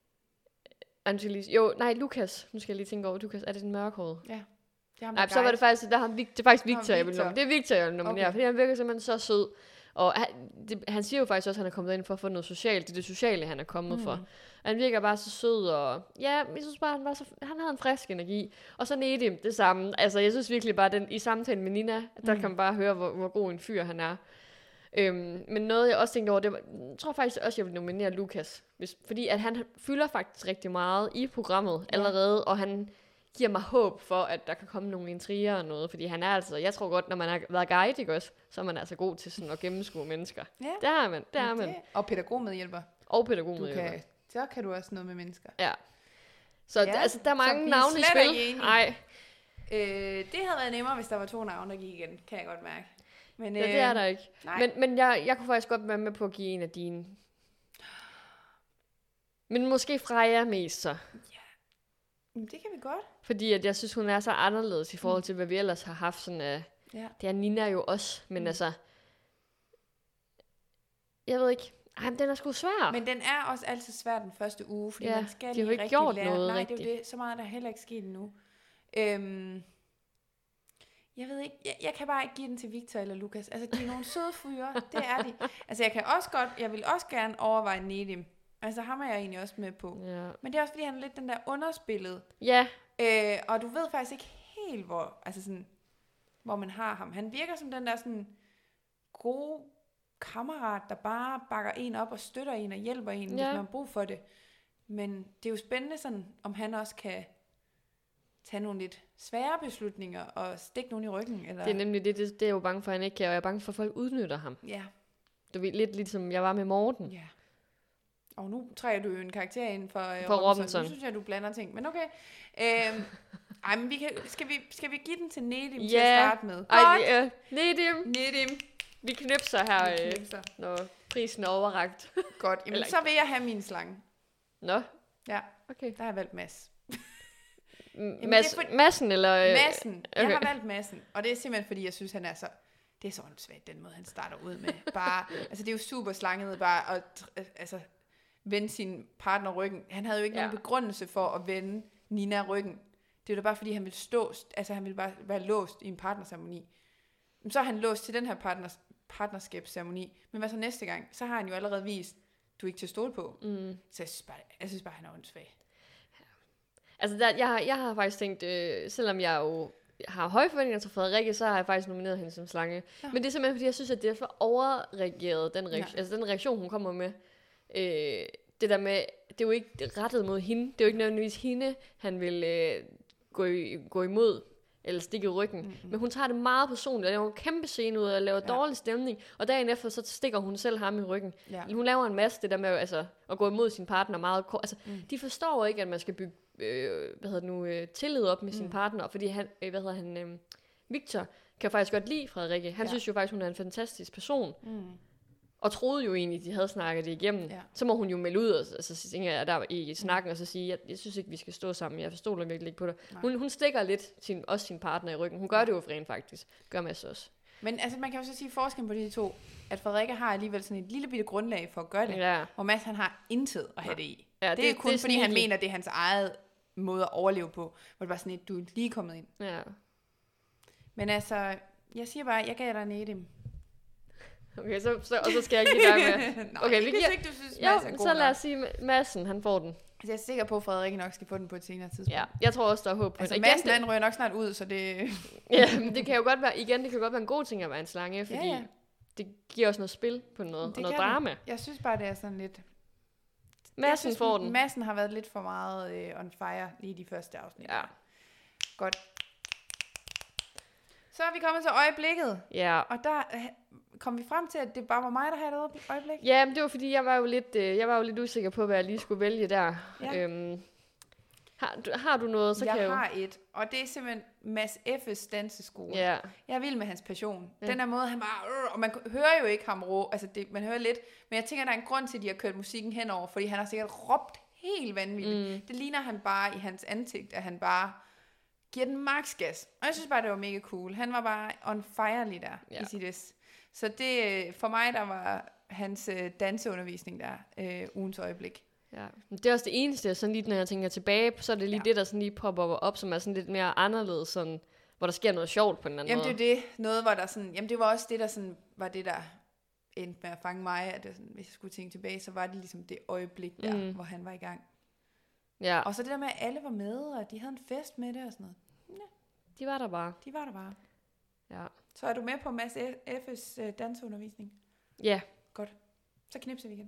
Lukas. Nu skal jeg lige tænke over, Lukas, er det den mørkhårede? Ja. Nej, så var det faktisk, det er faktisk Victor, jeg vil nominere. Det er Victor, jeg vil nominere, fordi han virker simpelthen så sød. Og han siger jo faktisk også, at han er kommet ind for at få noget socialt. Det er det sociale, han er kommet for. Og han virker bare så sød, og jeg synes bare, han havde en frisk energi. Og så Nedim, det samme. Altså, jeg synes virkelig bare, i samtalen med Nina, der kan man bare høre, hvor god en fyr han er. Men noget, jeg også tænkte over, jeg tror faktisk også, jeg vil nominere Lukas. Fordi at han fylder faktisk rigtig meget i programmet allerede, og han giver mig håb for, at der kan komme nogle intriger og noget, fordi han er altså, jeg tror godt, når man har været guide, ikke også, så er man altså god til sådan at gennemskue mennesker. Ja. Det er man. Og pædagogmedhjælper. Så kan du også noget med mennesker. Ja. Så altså, der er mange navne i spil. Nej. Det havde været nemmere, hvis der var 2 navne, der gik igen, kan jeg godt mærke. Men, det er der ikke. Men jeg kunne faktisk godt være med på at give en af dine. Men måske Freja mest så. Det kan vi godt. Fordi at jeg synes, hun er så anderledes i forhold til, hvad vi ellers har haft. Sådan, det er Nina jo også, men altså... Jeg ved ikke. Den er sgu svær. Men den er også altid svær den første uge, fordi man skal lige rigtig gjort lære. Noget Nej, rigtigt. det er jo det. Så meget er der heller ikke sket endnu. Jeg ved ikke, jeg kan bare ikke give den til Victor eller Lukas. Altså, de er nogle søde fyre. Det er de. Altså, jeg vil også gerne overveje Nedim. Altså, ham er jeg egentlig også med på. Ja. Men det er også, fordi han er lidt den der underspillet. Ja. Og du ved faktisk ikke helt, hvor man har ham. Han virker som den der sådan gode kammerat, der bare bakker en op og støtter en og hjælper en, hvis man har brug for det. Men det er jo spændende sådan, om han også kan tage nogle lidt svære beslutninger og stikke nogen i ryggen. Eller... Det er nemlig det er jeg jo bange for, at han ikke kan, og jeg er bange for, at folk udnytter ham. Ja. Du ved, lidt ligesom jeg var med Morten. Ja. Og nu træder du jo en karakter ind for Robinson. Nu synes jeg, du blander ting. Men okay. Ej, men skal vi give den til Nedim til at starte med? Nedim. Vi knipser her, når prisen er overrakt. Godt, jamen så vil jeg have min slange. Nå. Ja, okay. Der har jeg valgt Mads. Massen, eller? Massen. Jeg har valgt Massen, og det er simpelthen, fordi jeg synes, han er så... Det er så åndssvagt, den måde, han starter ud med. Bare, altså, det er jo super slanget bare at vende sin partner ryggen. Han havde jo ikke nogen begrundelse for at vende Nina ryggen. Det er jo bare, fordi han ville han ville bare være låst i en partnerceremoni. Men så er han låst til den her partnerskabsceremoni. Men hvad så næste gang? Så har han jo allerede vist, du er ikke til at stole på. Så jeg synes bare, han er åndssvag. Ja. Altså, jeg har faktisk tænkt, selvom jeg jo har høje forventninger til Frederikke, så har jeg faktisk nomineret hende som slange. Ja. Men det er simpelthen, fordi jeg synes, at det er for overreageret, den reaktion, hun kommer med. Det der med, det er jo ikke rettet mod hende. Det er jo ikke nødvendigvis hende, han vil gå imod, eller stikke i ryggen. Men hun tager det meget personligt, og laver en kæmpe scene ud, og laver dårlig stemning, og dagen efter, så stikker hun selv ham i ryggen. Ja. Hun laver en masse det der med at gå imod sin partner meget kort. Altså, de forstår ikke, at man skal bygge tillid op med sin partner, fordi Victor kan faktisk godt lide Frederikke. Han synes jo faktisk, hun er en fantastisk person. Og troede jo egentlig, de havde snakket det igennem. Ja. Så må hun jo melde ud, og så tænker jeg der i snakken, og så sige, jeg synes ikke, vi skal stå sammen. Jeg forstår virkelig ikke på det. Hun stikker lidt sin partner i ryggen. Hun gør det jo for rent faktisk. Gør Mads også. Men altså, man kan jo så sige forskellen på de to, at Frederikke har alligevel sådan et lille bitte grundlag for at gøre det, og Mads han har intet at have det i. Ja, det er kun fordi han mener, det er hans eget måde at overleve på. Hvor det bare sådan et, du er lige kommet ind. Ja. Men altså, jeg siger bare, jeg gav dig Nedim. Okay, så skal jeg give dig med. Okay, vi giver... ikke, du synes, Mads er god så lad os sige, Madsen, han får den. Jeg er sikker på, at Frederikke nok skal få den på et senere tidspunkt. Ja, jeg tror også, der er håb på den. Madsen, han ryger nok snart ud, så det... Ja, men det kan jo godt være, det kan godt være en god ting at være en slange, fordi det giver også noget spil på noget, og noget drama. Det. Jeg synes bare, det er sådan lidt... Madsen får den. Madsen har været lidt for meget on fire lige de første afsnit. Ja. Godt. Så er vi kommet til øjeblikket. Ja. Og der kom vi frem til, at det bare var mig, der havde et øjeblik. Ja, men det var fordi, jeg var jo lidt usikker på, hvad jeg lige skulle vælge der. Ja. Har du noget, så kan jeg har et, og det er simpelthen Mads F.'s danseskole. Ja. Jeg er vild med hans passion. Ja. Den der måde, han bare... og man hører jo ikke ham altså man hører lidt, men jeg tænker, der er en grund til, at de har kørt musikken henover, fordi han har sikkert råbt helt vanvittigt. Det ligner han bare i hans ansigt, at han bare giver den maksgas. Og jeg synes bare, det var mega cool. Han var bare on fire lige der i sit. Så det, for mig, der var hans danseundervisning der, ugens øjeblik. Ja, det er også det eneste, sådan lige når jeg tænker tilbage, så er det lige det, der sådan lige popper op, som er sådan lidt mere anderledes, sådan, hvor der sker noget sjovt på en anden måde. Jamen det er det, noget hvor der sådan, jamen det var også det, der sådan, var det der endte med at fange mig, at det sådan, hvis jeg skulle tænke tilbage, så var det ligesom det øjeblik der, hvor han var i gang. Ja. Og så det der med, at alle var med, og de havde en fest med det og sådan noget. Ja. De var der bare. Ja. Så er du med på Mads F.'s danseundervisning? Ja. Godt. Så knipser vi igen.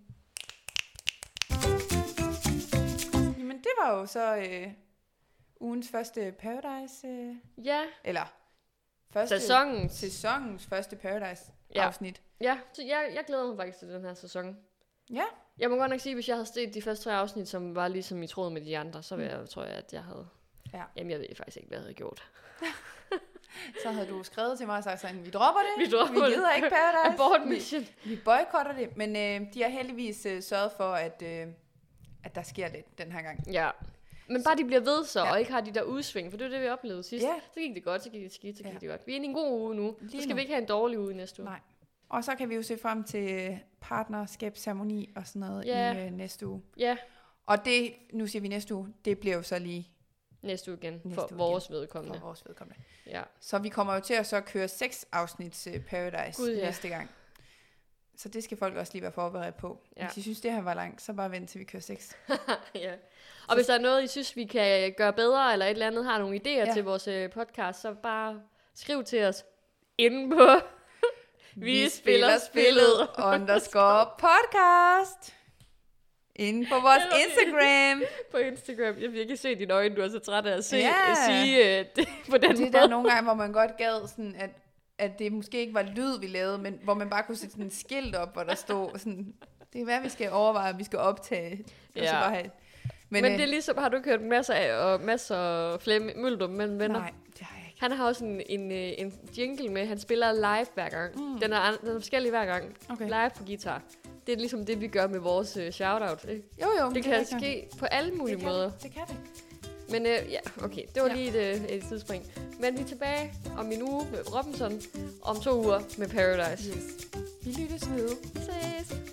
Jamen det var jo så ugens første Paradise. Eller sæsonens første Paradise afsnit. Ja, så jeg glæder mig faktisk til den her sæson. Ja. Jeg må godt nok sige, hvis jeg havde set de første 3 afsnit, som var ligesom i tråd med de andre, så tror jeg, at jeg havde... Ja. Jamen, jeg ved faktisk ikke, hvad jeg havde gjort. Så havde du skrevet til mig og sagt sådan, vi dropper det. Vi gider ikke Paradise. Abort mission. Vi boykotter det. Men de har heldigvis sørget for, at der sker lidt den her gang. Ja. Men bare de bliver ved og ikke har de der udsving, for det var det, vi oplevede sidst. Ja. Så gik det godt, så gik det skidt, så gik det godt. Vi er inde i en god uge nu. Så skal vi ikke have en dårlig uge næste uge. Nej. Og så kan vi jo se frem til partnerskabsceremoni og sådan noget i næste uge. Ja. Og det, nu siger vi næste uge, det bliver jo så lige næste uge igen, for vores vedkommende. Ja. Så vi kommer jo til at så køre 6 afsnits Paradise næste gang. Så det skal folk også lige være forberedt på. Ja. Hvis I synes, det her var langt, så bare vent til vi kører 6. Ja. Og hvis der er noget, I synes, vi kan gøre bedre, eller et eller andet, har nogle idéer til vores podcast, så bare skriv til os inde på Vi spiller spillet _podcast. Inde på vores Instagram. På Instagram. Jeg vil ikke se dine øjne, du er så træt af at sige det på den måde. Det der nogle gange, hvor man godt gad, sådan, at det måske ikke var lyd, vi lavede, men hvor man bare kunne sætte sådan en skilt op, hvor der stod sådan, det er hvad vi skal overveje, at vi skal optage. Og så bare have Men det er ligesom, har du kørt masser Flemming Møldum mellem venner? Nej, det har jeg ikke. Han har også en jingle med, han spiller live hver gang. Den er forskellig hver gang. Okay. Live på guitar. Det er ligesom det, vi gør med vores shoutout. Ikke? Jo. Det kan ske på alle mulige måder. Det kan det. Men ja, okay. Det var lige et tidsspring. Men vi er tilbage om en uge med Robinson. Om 2 uger med Paradise. Yes. Vi lyttes ved. Vi ses.